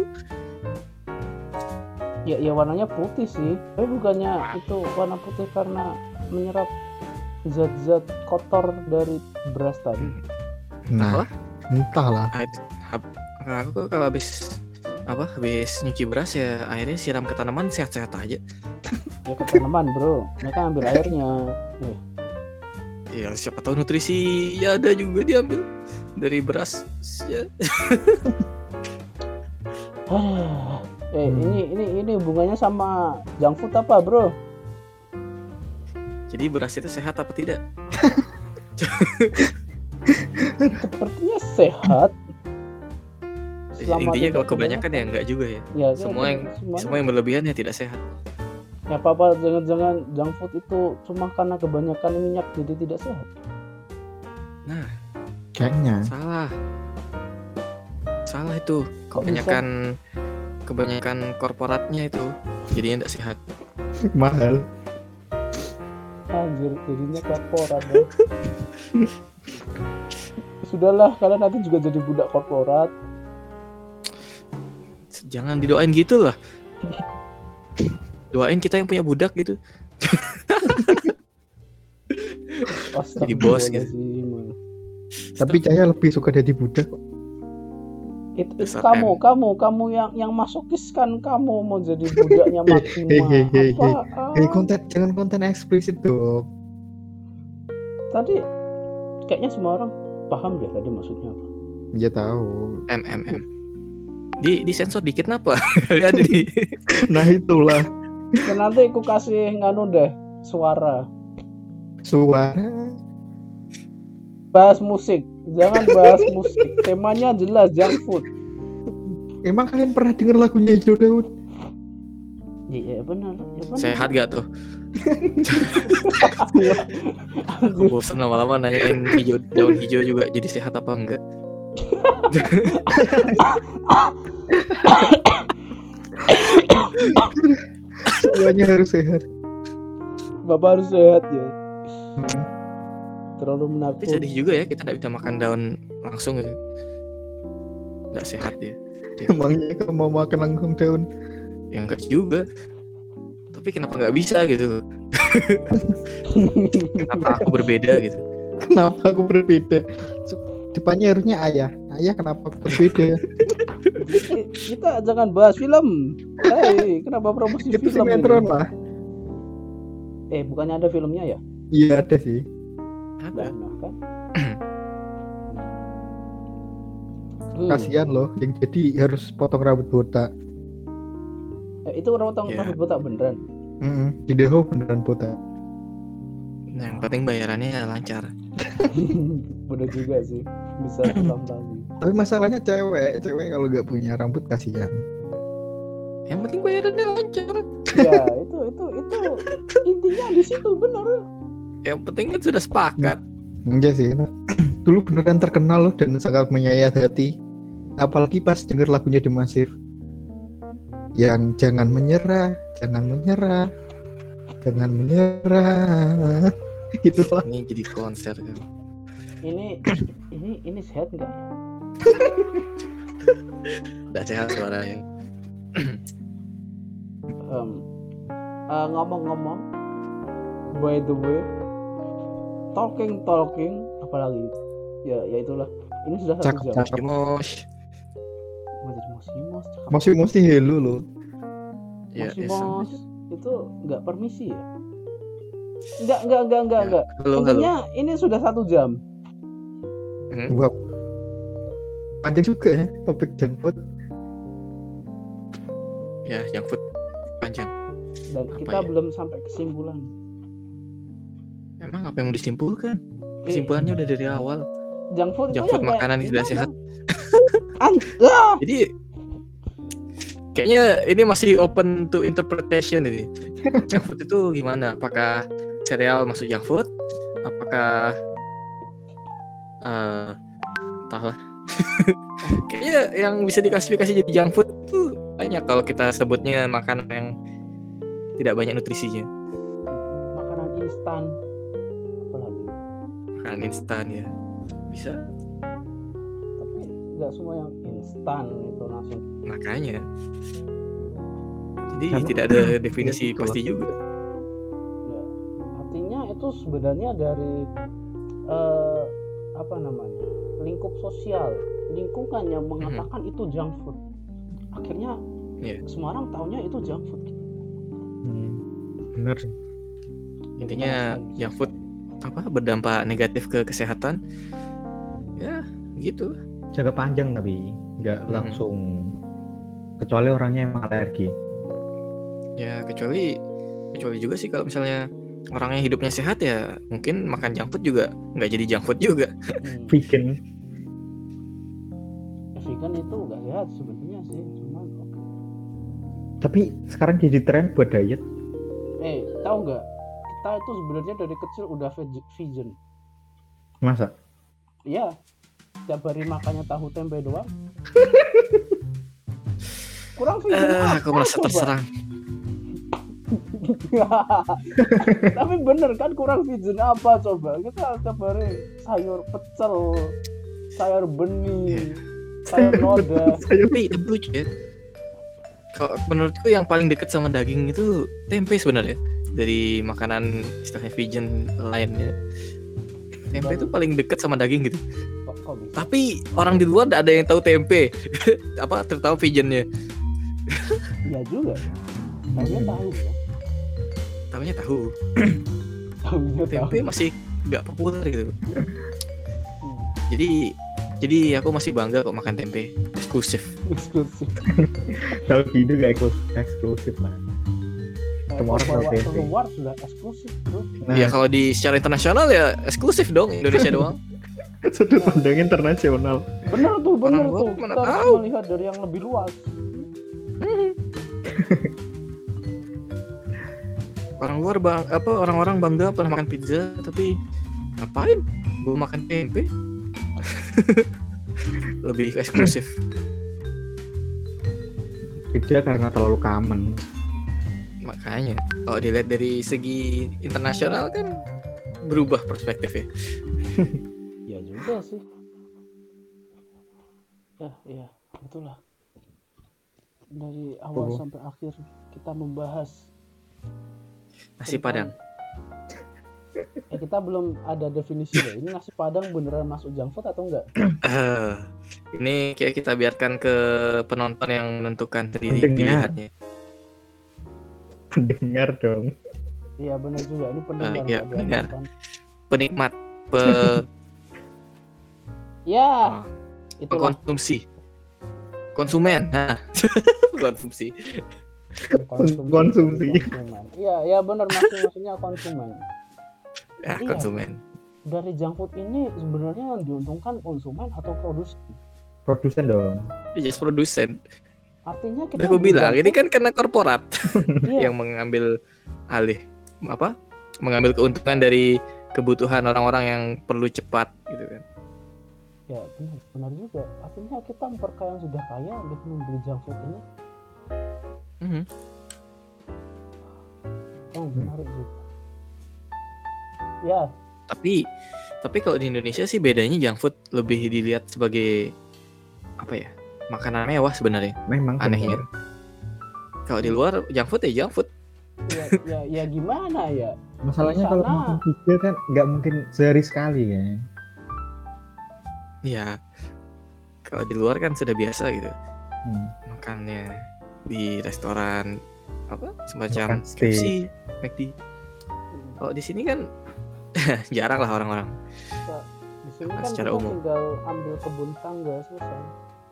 Speaker 1: Ya warnanya putih sih. Tapi bukannya itu warna putih karena menyerap zat-zat kotor dari beras tadi.
Speaker 3: Nah, entahlah.
Speaker 2: Aku kalau habis nyuci beras ya airnya siram ke tanaman sehat-sehat aja.
Speaker 1: Ya ke tanaman bro, mereka ambil airnya.
Speaker 2: Ya siapa tahu nutrisi ya ada juga diambil dari beras ya.
Speaker 1: Ini hubungannya sama junk food apa, bro?
Speaker 2: Jadi beras itu sehat apa tidak?
Speaker 1: Sepertinya sehat.
Speaker 2: Intinya kalau kebanyakan ya enggak juga ya.
Speaker 1: Ya
Speaker 2: Semua yang berlebihan ya tidak sehat.
Speaker 1: Ya apa jangan junk food itu cuma karena kebanyakan minyak jadi tidak sehat.
Speaker 2: Nah,
Speaker 3: Kayaknya.
Speaker 2: Salah itu. Kebanyakan korporatnya itu jadinya tidak sehat.
Speaker 3: Mahal.
Speaker 1: Anjir, jadinya korporat ya. Sudahlah, kalian nanti juga jadi budak korporat.
Speaker 2: Jangan didoain gitu lah. Doain kita yang punya budak gitu. Jadi bos gitu.
Speaker 3: Tapi saya lebih suka jadi budak.
Speaker 1: Itu kamu yang masokis kan, kamu mau jadi budaknya Makima.
Speaker 3: Jangan konten eksplisit dong.
Speaker 1: Tadi kayaknya semua orang paham deh tadi maksudnya apa.
Speaker 3: Ya tahu.
Speaker 2: Di sensor dikit kenapa? Ada di.
Speaker 3: Nah itulah.
Speaker 1: Dan nanti aku kasih nganu deh suara. Bahas musik, jangan bahas musik. Temanya jelas junk food.
Speaker 3: Emang kalian pernah denger lagunya Hijau Daun?
Speaker 1: Iya benar.
Speaker 2: Sehat gak tuh? Aku bosan lama-lama nanyain daun hijau juga jadi sehat apa enggak?
Speaker 3: Semuanya harus sehat.
Speaker 1: Bapak harus sehat ya. Terlalu menakut.
Speaker 2: Tapi sedih juga ya kita nggak bisa makan daun langsung gitu. Nggak sehat ya.
Speaker 3: Emangnya kamu mau makan langsung daun?
Speaker 2: Ya enggak juga. Tapi kenapa nggak bisa gitu? Kenapa aku berbeda gitu?
Speaker 3: Kenapa aku berbeda? Depannya harusnya ayah. Ayah kenapa aku berbeda?
Speaker 1: Kita jangan bahas film. Kenapa promosi
Speaker 3: Itu
Speaker 1: film
Speaker 3: sinetron lah.
Speaker 1: Bukannya ada filmnya ya?
Speaker 3: Iya ada sih.
Speaker 2: Ada.
Speaker 1: Kan?
Speaker 3: Kasihan loh yang jadi harus potong rambut botak.
Speaker 1: Itu potong rambut botak beneran.
Speaker 3: Di Deho beneran botak.
Speaker 2: Nah, yang penting bayarannya lancar.
Speaker 1: Bener juga sih, bisa pulang lagi.
Speaker 3: Tapi masalahnya cewek kalau nggak punya rambut kasihan.
Speaker 2: Yang penting bayarannya lancar.
Speaker 1: Ya itu intinya di situ benar.
Speaker 2: Yang penting kan sudah sepakat.
Speaker 3: Enggak sih. Dulu beneran terkenal loh dan sangat menyayat hati. Apalagi pas denger lagunya The Massive. Yang jangan menyerah. Itulah.
Speaker 2: Ini jadi konser kan.
Speaker 1: Ini sehat nggak ya?
Speaker 2: Udah sehat suaranya.
Speaker 1: Ngomong-ngomong, by the way, talking, apalagi ya itulah. Ini sudah 1 jam.
Speaker 3: Mosi hello loh.
Speaker 1: Mosi itu nggak permisi ya? Enggak. Intinya ini sudah 1 jam.
Speaker 3: Wow. Panjang juga ya topik junk food.
Speaker 2: Ya, junk food panjang.
Speaker 1: Dan
Speaker 2: apa
Speaker 1: kita
Speaker 2: ya?
Speaker 1: belum sampai kesimpulan.
Speaker 2: Emang apa yang mau disimpulkan? Kesimpulannya udah dari awal.
Speaker 1: Junk food
Speaker 2: makanan yang tidak sehat.
Speaker 1: Anda.
Speaker 2: Jadi kayaknya ini masih open to interpretation ini. Junk food itu gimana? Apakah cereal masuk junk food? Apakah entahlah. Kayaknya yang bisa diklasifikasi jadi junk food itu banyak kalau kita sebutnya makanan yang tidak banyak nutrisinya.
Speaker 1: Makanan instan. Apalagi?
Speaker 2: Makanan instan ya. Bisa.
Speaker 1: Tapi nggak semua yang instan itu langsung.
Speaker 2: Makanya. Jadi tidak ada definisi pasti juga.
Speaker 1: Ya, artinya itu sebenarnya dari lingkup sosial, lingkungan yang mengatakan itu junk food. Akhirnya semua orang taunya itu junk food.
Speaker 3: Bener.
Speaker 2: Intinya junk food berdampak negatif ke kesehatan. Ya, gitu.
Speaker 3: Jangka panjang tapi nggak langsung, kecuali orangnya emang alergi.
Speaker 2: Ya, kecuali juga sih kalau misalnya orangnya hidupnya sehat ya mungkin makan junk food juga nggak jadi junk food juga.
Speaker 3: Vegan.
Speaker 1: Vegan itu nggak sehat sebenarnya sih, cuman
Speaker 3: Tapi sekarang jadi tren buat diet.
Speaker 1: tahu nggak, kita itu sebenarnya dari kecil udah vegan.
Speaker 3: Masa?
Speaker 1: Iya, tiap hari makannya tahu tempe doang. Kurang vegan
Speaker 2: Aku merasa
Speaker 1: coba?
Speaker 2: terserang.
Speaker 1: Tapi bener kan, kurang vegan apa coba? Kita tiap hari sayur pecel, sayur bening, sayur noda.
Speaker 2: Tapi lucu ya. Kalau menurutku yang paling dekat sama daging itu tempe sebenarnya dari makanan istilahnya vegan lainnya. Tempe itu paling dekat sama daging gitu.
Speaker 1: Kok bisa?
Speaker 2: Tapi orang di luar tidak ada yang tahu tempe. Terutama vegannya.
Speaker 1: Iya juga. Tahunya tahu ya.
Speaker 2: Tahunya tahu.
Speaker 1: Tahunya tahu.
Speaker 2: Tempe masih nggak populer gitu. Jadi aku masih bangga kok makan tempe eksklusif.
Speaker 1: Eksklusif.
Speaker 3: Kalau gitu gak eksklusif lah. Semua orang tahu tempe.
Speaker 1: Keluar sudah eksklusif bro.
Speaker 3: Nah,
Speaker 2: Ya kalau di secara internasional ya eksklusif dong, Indonesia doang.
Speaker 3: sudut pandang internasional.
Speaker 1: Bener tuh.
Speaker 2: Orang luar
Speaker 1: Kita
Speaker 2: mana
Speaker 1: harus
Speaker 2: tahu.
Speaker 1: melihat dari yang lebih luas.
Speaker 2: Orang-orang bangga pernah makan pizza, tapi ngapain gue makan tempe? Lebih eksklusif.
Speaker 3: Tidak karena terlalu common.
Speaker 2: Makanya kalau dilihat dari segi internasional kan berubah perspektifnya.
Speaker 1: Ya juga sih. Ya, itulah. Dari awal sampai akhir kita membahas
Speaker 2: Nasi Padang.
Speaker 1: Kita belum ada definisi ya. Ini nasi Padang beneran masuk junk food atau enggak?
Speaker 2: Ini kayak kita biarkan ke penonton yang menentukan sendiri
Speaker 3: Pendengar.
Speaker 2: pilihannya.
Speaker 3: Pendengar dong.
Speaker 1: Iya benar juga. Ini pendengar.
Speaker 2: Iya,
Speaker 1: nggak
Speaker 2: pendengar.
Speaker 1: diajarkan.
Speaker 2: Penikmat,
Speaker 1: Ya, itulah
Speaker 2: konsumsi, konsumen. Nah, konsumsi.
Speaker 3: Konsumsi.
Speaker 1: Konsumen. Iya benar, maksudnya konsumen.
Speaker 2: Ya,
Speaker 1: Iya.
Speaker 2: konsumen.
Speaker 1: Dari junk food ini sebenarnya yang diuntungkan konsumen atau produsen?
Speaker 3: Produsen dong.
Speaker 2: Jadi produsen.
Speaker 1: Artinya kita
Speaker 2: Aku
Speaker 1: beli
Speaker 2: bilang
Speaker 1: junk
Speaker 2: ini
Speaker 1: food,
Speaker 2: kan karena korporat
Speaker 1: iya,
Speaker 2: yang mengambil alih mengambil keuntungan dari kebutuhan orang-orang yang perlu cepat gitu kan.
Speaker 1: ya benar juga. Artinya kita memperkaya yang sudah kaya dengan membeli junk food ini. Oh, menarik juga. Ya,
Speaker 2: Tapi kalau di Indonesia sih bedanya junk food lebih dilihat sebagai apa ya? Makanan mewah sebenarnya.
Speaker 3: Memang
Speaker 2: Anehnya.
Speaker 3: benar.
Speaker 2: Kalau di luar junk food ya junk food.
Speaker 1: ya gimana ya?
Speaker 3: Masalahnya
Speaker 1: Di
Speaker 3: kalau
Speaker 1: sana-
Speaker 3: makan pizza kan nggak mungkin sehari sekali kan.
Speaker 2: Ya. Kalau di luar kan sudah biasa gitu.
Speaker 3: Hmm.
Speaker 2: Makannya di restoran semacam
Speaker 3: Makan steak.
Speaker 2: KFC, McD. Kalau di sini kan jarang lah orang-orang.
Speaker 1: Di sini
Speaker 2: Makan
Speaker 1: kan
Speaker 2: secara
Speaker 1: kita
Speaker 2: umum.
Speaker 1: tinggal ambil kebun tangga selesai.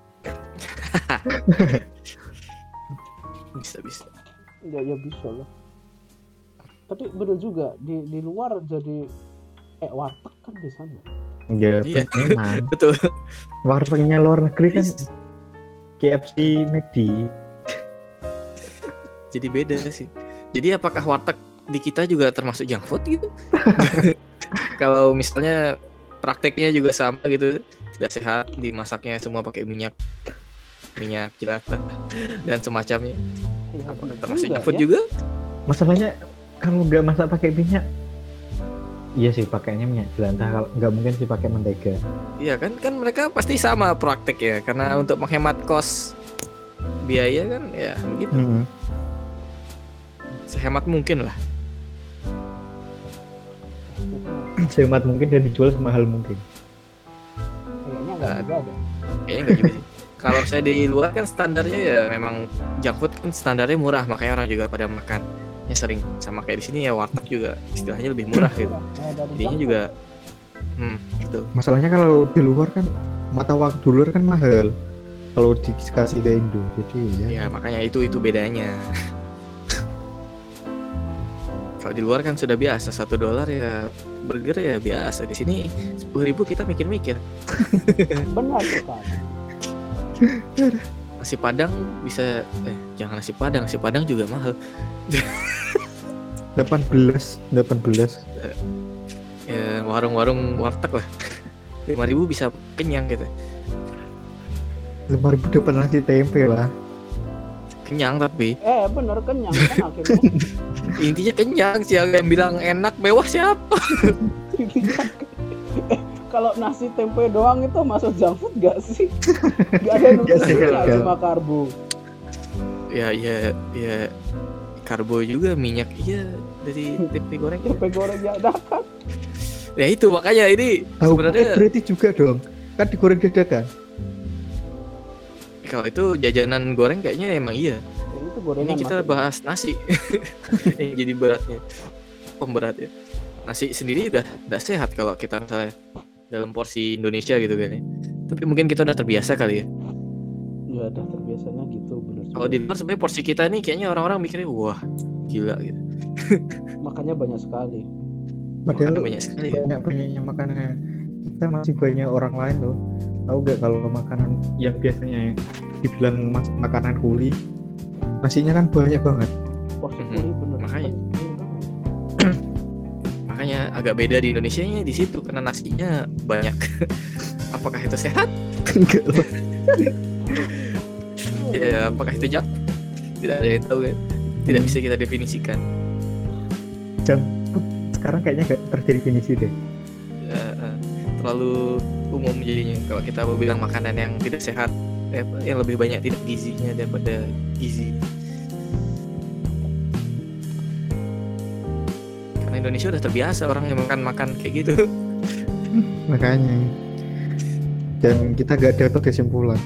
Speaker 2: Bisa.
Speaker 1: Ya bisa lah. Tapi bener juga di luar jadi warteg kan di sana.
Speaker 3: Ya,
Speaker 2: Iya.
Speaker 3: memang.
Speaker 2: Betul.
Speaker 3: Wartegnya luar negeri kan KFC, McD.
Speaker 2: Jadi beda sih. Jadi apakah warteg di kita juga termasuk junk food gitu? Kalau misalnya prakteknya juga sama gitu, tidak sehat, dimasaknya semua pakai minyak jelantah dan semacamnya.
Speaker 1: Ya,
Speaker 2: Apakah
Speaker 1: bener
Speaker 2: termasuk
Speaker 1: juga
Speaker 2: junk food
Speaker 1: ya.
Speaker 2: juga?
Speaker 3: Masalahnya kalau nggak masak pakai minyak, iya sih pakainya minyak jelantah. Kalau nggak mungkin sih pakai mentega.
Speaker 2: Iya kan mereka pasti sama prakteknya karena untuk menghemat kos biaya kan ya begitu. Sehemat mungkin lah.
Speaker 3: Sehemat mungkin dan dijual semahal mungkin.
Speaker 1: Kayaknya nggak juga ada.
Speaker 2: Kayaknya enggak juga sih. Kalau saya di luar kan standarnya ya memang junk food kan standarnya murah makanya orang juga pada makan. ya sering sama kayak di sini ya, warteg juga istilahnya lebih murah gitu. Jadinya juga gitu.
Speaker 3: Masalahnya kalau di luar kan mata uang dolar kan mahal kalau dikasih ke Indo, jadi
Speaker 2: ya makanya itu bedanya. Kalau di luar kan sudah biasa $1 ya burger ya biasa. Di sini 10.000 kita mikir-mikir.
Speaker 1: Benar sekali.
Speaker 2: Nasi Padang bisa jangan nasi Padang juga mahal.
Speaker 3: 18
Speaker 2: Ya warung-warung warteg lah. 5.000 bisa kenyang gitu.
Speaker 3: 5.000 dapat nasi tempe lah.
Speaker 2: Kenyang tapi
Speaker 1: Bener kenyang kan akhirnya.
Speaker 2: intinya kenyang. Siapa yang bilang enak mewah siapa?
Speaker 1: Kalau nasi tempe doang itu masuk junk food gak sih? Gak ada nutrisinya, cuma karbo.
Speaker 2: Ya karbo juga, minyak dari tempe goreng.
Speaker 1: Tempe goreng ya ada kan.
Speaker 2: Ya itu makanya ini sebenarnya
Speaker 3: berarti juga dong kan digoreng dadakan.
Speaker 2: Kalau itu jajanan goreng kayaknya emang iya.
Speaker 1: Itu gorengan.
Speaker 2: Ini kita bahas nasi. Yang jadi beratnya, pemberatnya. Nasi sendiri udah sehat kalau kita misalnya dalam porsi Indonesia gitu kan ya. Tapi mungkin kita udah terbiasa kali ya.
Speaker 1: Ya udah terbiasanya gitu bener.
Speaker 2: Kalau di luar sebenarnya porsi kita ini kayaknya orang-orang mikirnya wah gila gitu.
Speaker 1: Makanya banyak sekali.
Speaker 3: Padahal
Speaker 2: banyak sekali ya.
Speaker 3: Banyaknya makanan kita masih banyak orang lain loh. Tahu gak kalau makanan yang biasanya dibilang makanan kuli, nasinya kan banyak banget.
Speaker 1: Porsi kuli bener.
Speaker 2: Makanya agak beda di Indonesianya di situ karena nasinya banyak. Apakah itu sehat?
Speaker 3: Enggak lah.
Speaker 2: Ya, apakah itu jahat? Tidak ada yang tahu kan. Tidak bisa kita definisikan.
Speaker 3: Sekarang kayaknya gak terdefinisi deh.
Speaker 2: Terlalu umum jadinya kalau kita mau bilang makanan yang tidak sehat, yang lebih banyak tidak gizinya daripada gizi. Karena Indonesia udah terbiasa orang yang makan kayak gitu.
Speaker 3: Makanya. Dan kita gak dapat kesimpulan.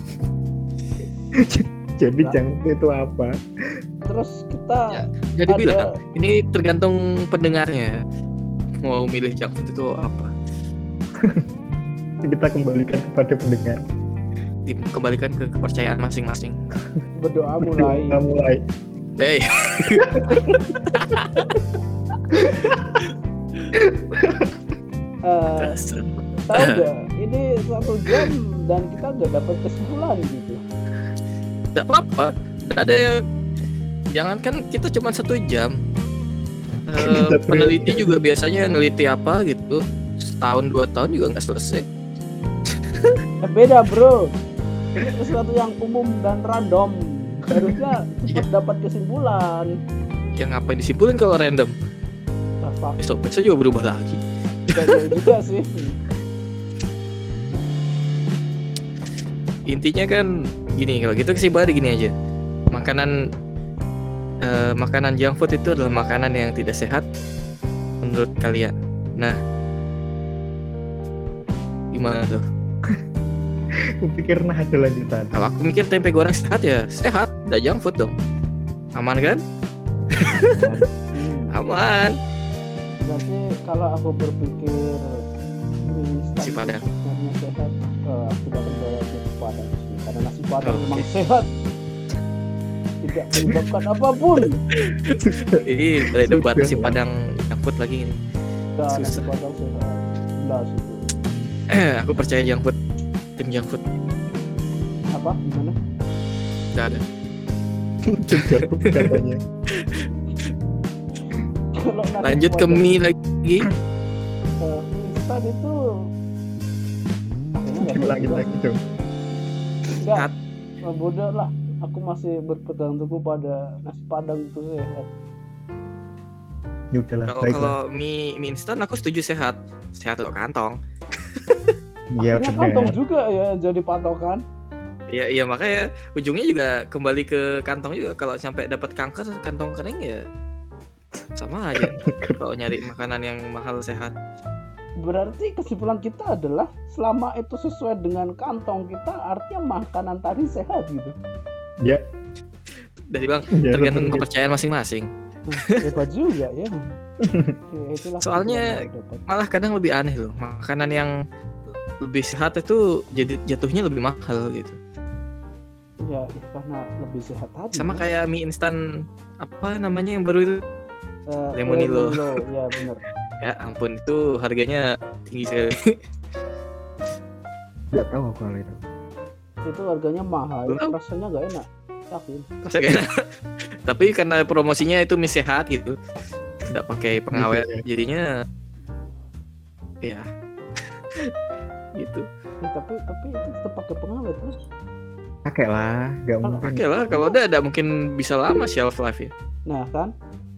Speaker 3: Jadi junk food itu apa?
Speaker 1: Terus kita
Speaker 2: jadi bilang ini tergantung pendengarnya mau milih junk food itu apa.
Speaker 3: Kita kembalikan kepada pendengar.
Speaker 2: Kembalikan ke kepercayaan masing-masing.
Speaker 1: Berdoa mulai.
Speaker 2: Hey.
Speaker 1: Tahu gak? Ini 1 jam dan kita gak dapat kesimpulan gitu.
Speaker 2: Tidak apa-apa. Tidak ada yang. Jangankan kita cuma 1 jam. Peneliti juga biasanya neliti apa gitu. Setahun 2 tahun juga nggak selesai.
Speaker 1: Beda bro. Ini sesuatu yang umum dan random. Harusnya cepat dapat kesimpulan.
Speaker 2: Yang ngapain disimpulin kalau random? Besok juga berubah lagi.
Speaker 1: Tidak juga sih.
Speaker 2: Intinya kan gini, kalau gitu kesimpulannya gini aja. Makanan junk food itu adalah makanan yang tidak sehat menurut kalian. Nah, gimana tuh?
Speaker 3: Aku pikir ada lanjutan.
Speaker 2: Kalau aku mikir tempe goreng sehat ya sehat, udah junk food dong. Aman kan? Aman.
Speaker 1: Berarti kalau aku berpikir
Speaker 2: nasi Padang
Speaker 1: sehat, aku tidak percaya nasi Padang sih. Karena nasi Padang memang sehat, tidak menyebabkan apapun.
Speaker 2: Ini boleh debat nasi Padang junk food lagi ini.
Speaker 1: Nasi Padang sehat, jelas itu.
Speaker 2: Aku percaya junk food, tim junk food.
Speaker 1: Apa? Gimana?
Speaker 2: Tidak ada.
Speaker 3: Junk food katanya.
Speaker 2: Lanjut ke mie lagi.
Speaker 1: Instan itu
Speaker 3: lagi dong.
Speaker 1: Enggak, bodoh lah. Aku masih berpegang teguh pada nasi Padang itu sehat.
Speaker 3: Ya udahlah.
Speaker 2: Kalau mie instan aku setuju sehat untuk kantong.
Speaker 3: Iya
Speaker 1: benar. Kantong juga ya jadi patokan.
Speaker 2: Iya makanya ujungnya juga kembali ke kantong juga. Kalau sampai dapat kanker kantong kering ya sama aja. Kalau nyari makanan yang mahal sehat.
Speaker 1: Berarti kesimpulan kita adalah selama itu sesuai dengan kantong kita, artinya makanan tadi sehat gitu.
Speaker 3: Ya.
Speaker 2: Dari bang, tergantung kepercayaan masing-masing.
Speaker 1: Hebat juga ya. Itulah
Speaker 2: Soalnya
Speaker 1: dapat.
Speaker 2: malah kadang lebih aneh loh, makanan yang lebih sehat itu jadi jatuhnya lebih mahal gitu.
Speaker 1: Ya karena lebih sehat tadi.
Speaker 2: Sama
Speaker 1: ya.
Speaker 2: kayak mie instan apa namanya yang baru itu, Lemonilo.
Speaker 1: Ya benar.
Speaker 2: Ya ampun, itu harganya tinggi sekali.
Speaker 3: Nggak tahu aku hal itu.
Speaker 1: Itu harganya mahal,
Speaker 2: Belum tahu.
Speaker 1: rasanya nggak enak. Yakin.
Speaker 2: Masa kayak tapi karena promosinya itu mie sehat gitu, tidak pakai pengawet, jadinya ya gitu.
Speaker 1: Ya, tapi itu tetap pakai pengawet terus.
Speaker 3: Pakai lah, nggak
Speaker 1: Kalau
Speaker 3: mungkin.
Speaker 2: Oke lah, kalau udah ada mungkin bisa lama shelf life ya.
Speaker 1: Nah kan,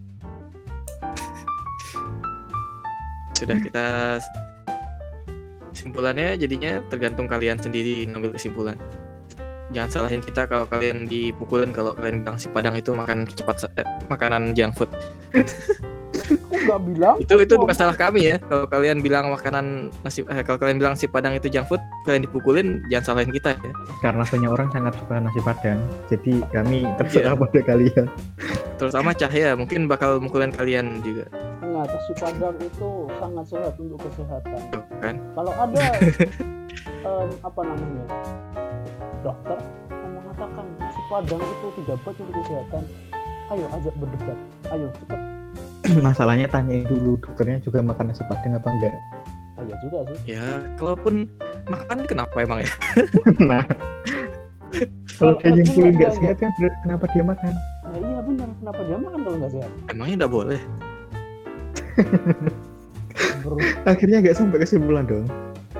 Speaker 2: Sudah kita simpulannya jadinya tergantung kalian sendiri ngambil kesimpulan. Jangan salahin kita kalau kalian dipukulin kalau kalian bilang si Padang itu makan makanan junk food.
Speaker 1: aku nggak bilang.
Speaker 2: Itu bukan salah kami ya. Kalau kalian bilang makanan kalau kalian bilang si Padang itu junk food, kalian dipukulin, jangan salahin kita ya.
Speaker 3: Karena banyak orang sangat suka nasi Padang, jadi kami terserah pada kalian.
Speaker 2: Terutama Cahya mungkin bakal mukulin kalian juga.
Speaker 1: Enggak, nasi Padang itu sangat sehat untuk kesehatan.
Speaker 2: Tuh, kan?
Speaker 1: Kalau ada apa namanya dokter yang mengatakan nasi Padang itu tidak baik untuk kesehatan, ayo ajak berdebat, ayo cepat.
Speaker 3: Masalahnya tanyain dulu dokternya juga makan nasi Padang apa enggak.
Speaker 1: Ayo juga sih.
Speaker 2: Ya, kalaupun makan kenapa emang ya?
Speaker 3: Nah, kalau dia nyimpulin nggak sehat kan berarti kenapa dia makan?
Speaker 1: Nah iya benar, kenapa dia makan kalau nggak sehat?
Speaker 2: Emangnya nggak boleh?
Speaker 1: Bro,
Speaker 3: Akhirnya nggak sampai kesimpulan dong.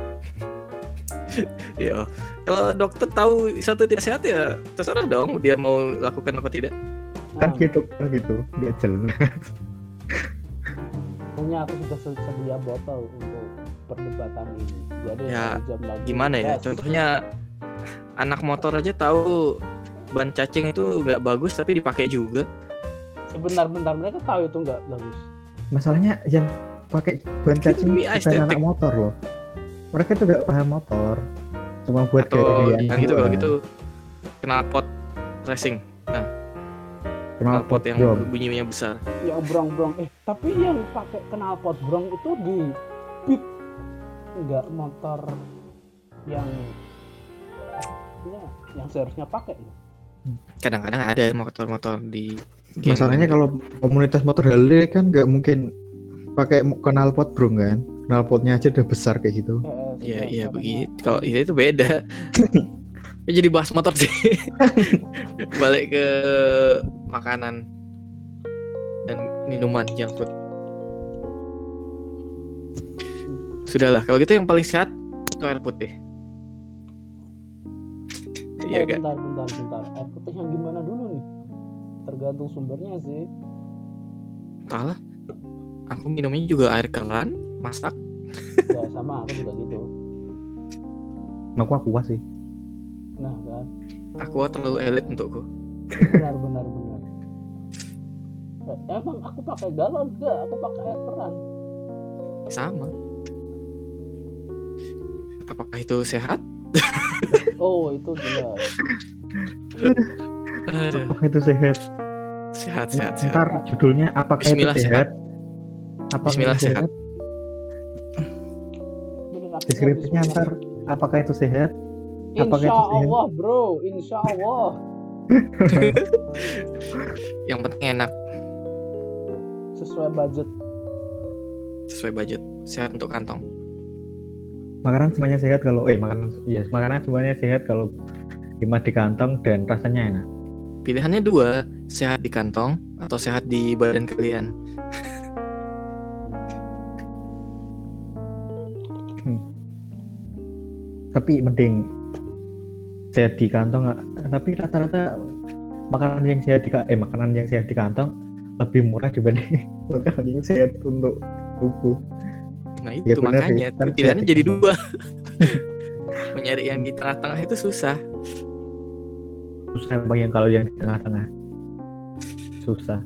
Speaker 2: Ya, kalau dokter tahu satu tidak sehat ya terserah dong dia mau lakukan apa tidak.
Speaker 3: Kan dia dokter gitu, nggak jelas.
Speaker 1: punya aku sudah sedia botol untuk perdebatan ini. Jadi
Speaker 2: Ya,
Speaker 1: 1 jam lagi.
Speaker 2: Gimana ya?
Speaker 1: gas.
Speaker 2: Contohnya anak motor aja tahu ban cacing itu nggak bagus tapi dipakai juga.
Speaker 1: Sebentar mereka tahu itu nggak bagus.
Speaker 3: Masalahnya yang pakai ban cacing
Speaker 2: Demi
Speaker 3: bukan
Speaker 2: estetik.
Speaker 3: anak motor loh. Mereka tuh nggak paham motor, cuma buat
Speaker 2: Atau
Speaker 3: gaya-gayaan
Speaker 2: yang gitu kalau
Speaker 3: doang.
Speaker 2: gitu knalpot racing.
Speaker 3: Knalpot
Speaker 2: Knalpot yang
Speaker 3: brom.
Speaker 2: bunyinya besar.
Speaker 1: Ya brong. Tapi yang pakai knalpot brong itu di beat nggak motor yang yang seharusnya pakai.
Speaker 2: Kadang-kadang ada motor-motor di
Speaker 3: Masalahnya kalau komunitas motor Harley kan nggak mungkin pakai knalpot bro kan, knalpotnya aja udah besar kayak gitu.
Speaker 2: Iya begitu. Kalau itu beda. Ya, jadi bahas motor sih. Balik ke makanan dan minuman junk food. Sudahlah, kalau gitu yang paling sehat itu air putih. Iya kan?
Speaker 1: Bentar. Air putih yang gimana dulu nih? Tergantung sumbernya sih.
Speaker 2: Entahlah. Aku minumnya juga air keran, masak.
Speaker 1: Ya sama aku juga gitu.
Speaker 3: Aku sih.
Speaker 1: Nah kan.
Speaker 2: Aku terlalu elit untukku.
Speaker 1: Benar. Emang aku pakai galon enggak? Aku pakai air keran.
Speaker 2: Sama. Apakah itu sehat?
Speaker 1: Oh itu jelas.
Speaker 2: Aduh,
Speaker 3: Apakah itu sehat?
Speaker 2: sehat.
Speaker 3: Ntar judulnya apakah
Speaker 2: Bismillah
Speaker 3: itu sehat? Apakah
Speaker 2: Bismillah
Speaker 3: itu sehat? Deskripsinya ntar apakah itu sehat? Apakah
Speaker 1: Insya
Speaker 3: itu sehat?
Speaker 1: Allah bro, Insya Allah.
Speaker 2: Yang penting enak,
Speaker 1: Sesuai budget.
Speaker 2: sesuai budget, sehat untuk kantong.
Speaker 3: Makanan semuanya sehat kalau makanan semuanya sehat kalau dimas di kantong dan rasanya enak.
Speaker 2: Pilihannya 2, sehat di kantong atau sehat di badan kalian.
Speaker 3: Tapi mending sehat di kantong. Tapi rata-rata makanan yang sehat di kantong lebih murah dibanding makanan yang sehat untuk tubuh.
Speaker 2: Nah
Speaker 3: Ya,
Speaker 2: itu
Speaker 3: benar
Speaker 2: makanya
Speaker 3: sih. Kan
Speaker 2: pilihannya
Speaker 3: sehat di
Speaker 2: jadi
Speaker 3: kantong.
Speaker 2: 2. Mencari yang di tengah-tengah itu susah.
Speaker 3: Susah bayang kalau yang di tengah-tengah. Susah.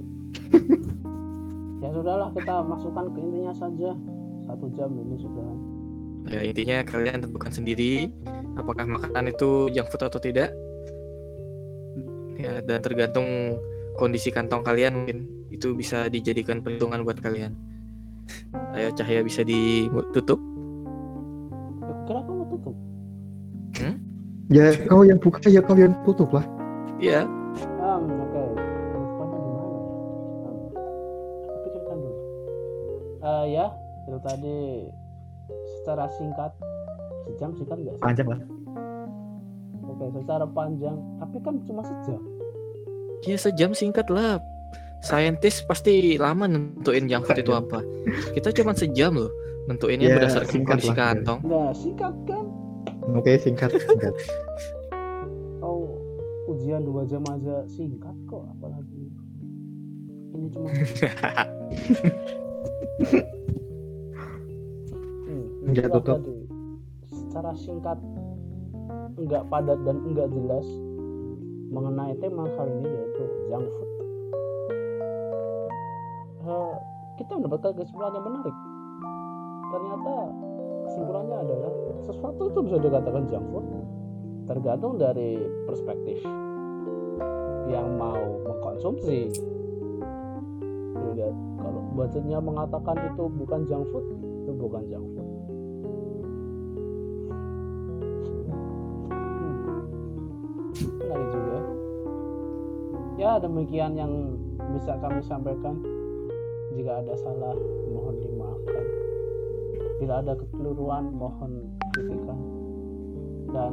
Speaker 1: Ya sudahlah, kita masukkan ke intinya saja. 1 jam ini sudah.
Speaker 2: Ya intinya kalian tentukan sendiri apakah makanan itu junk food atau tidak. Ya dan tergantung kondisi kantong kalian mungkin. Itu bisa dijadikan perhitungan buat kalian. Ayo cahaya bisa ditutup.
Speaker 1: Kira aku mau tutup.
Speaker 3: Ya kau yang buka, ya kau yang tutup lah.
Speaker 2: Iya.
Speaker 1: Oke. Penutupannya gimana ya? Aku pikirkan dulu. Ya, itu tadi secara singkat, sejam singkat nggak sih?
Speaker 3: Panjang lah.
Speaker 1: Oke, secara panjang, tapi kan cuma sejam.
Speaker 2: Ya sejam singkat lah. Saintis pasti lama nentuin junk food itu apa. Kita cuma sejam loh nentuinnya
Speaker 3: Ya,
Speaker 2: berdasarkan
Speaker 3: singkat
Speaker 2: kondisi
Speaker 3: lah.
Speaker 2: kantong.
Speaker 1: Nah, singkat kan?
Speaker 3: Oke, singkat.
Speaker 1: Kau ujian 2 jam aja singkat kok, apalagi ini cuma
Speaker 3: Nggak
Speaker 1: itulah
Speaker 3: tutup.
Speaker 1: tadi. Secara singkat, enggak padat dan enggak jelas mengenai tema kali ini, yaitu junk food. Kita mendapatkan kesimpulan yang menarik. Ternyata kesimpulannya adalah sesuatu itu bisa dikatakan junk food tergantung dari perspektif yang mau mengkonsumsi. Lihat, kalau budgetnya mengatakan itu bukan junk food, itu bukan junk food. Menarik juga. Ya, demikian yang bisa kami sampaikan. Jika ada salah, mohon dimaafkan. Bila ada kekeliruan, mohon kritikan. Dan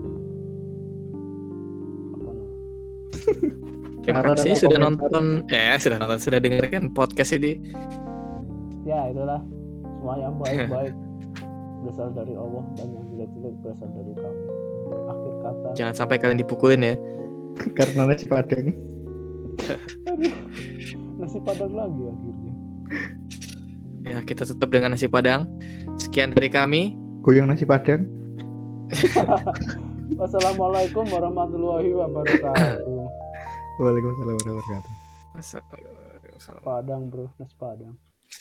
Speaker 2: Terima kasih sudah nonton, sudah dengarkan podcast ini.
Speaker 1: Ya, itulah semua yang baik-baik berasal dari Allah, dan yang jelek-jelek berasal dari kami. Akhir kata,
Speaker 2: Jangan sampai kalian dipukulin ya.
Speaker 3: Karena nasi padang.
Speaker 1: aduh, nasi padang lagi akhirnya.
Speaker 2: Ya, kita tutup dengan nasi padang. Sekian dari kami.
Speaker 3: Goyang nasi padang.
Speaker 1: Wassalamualaikum warahmatullahi wabarakatuh.
Speaker 3: Waalaikumsalam warahmatullahi wabarakatuh.
Speaker 2: Assalamualaikum.
Speaker 1: Padang bro, nasi padang.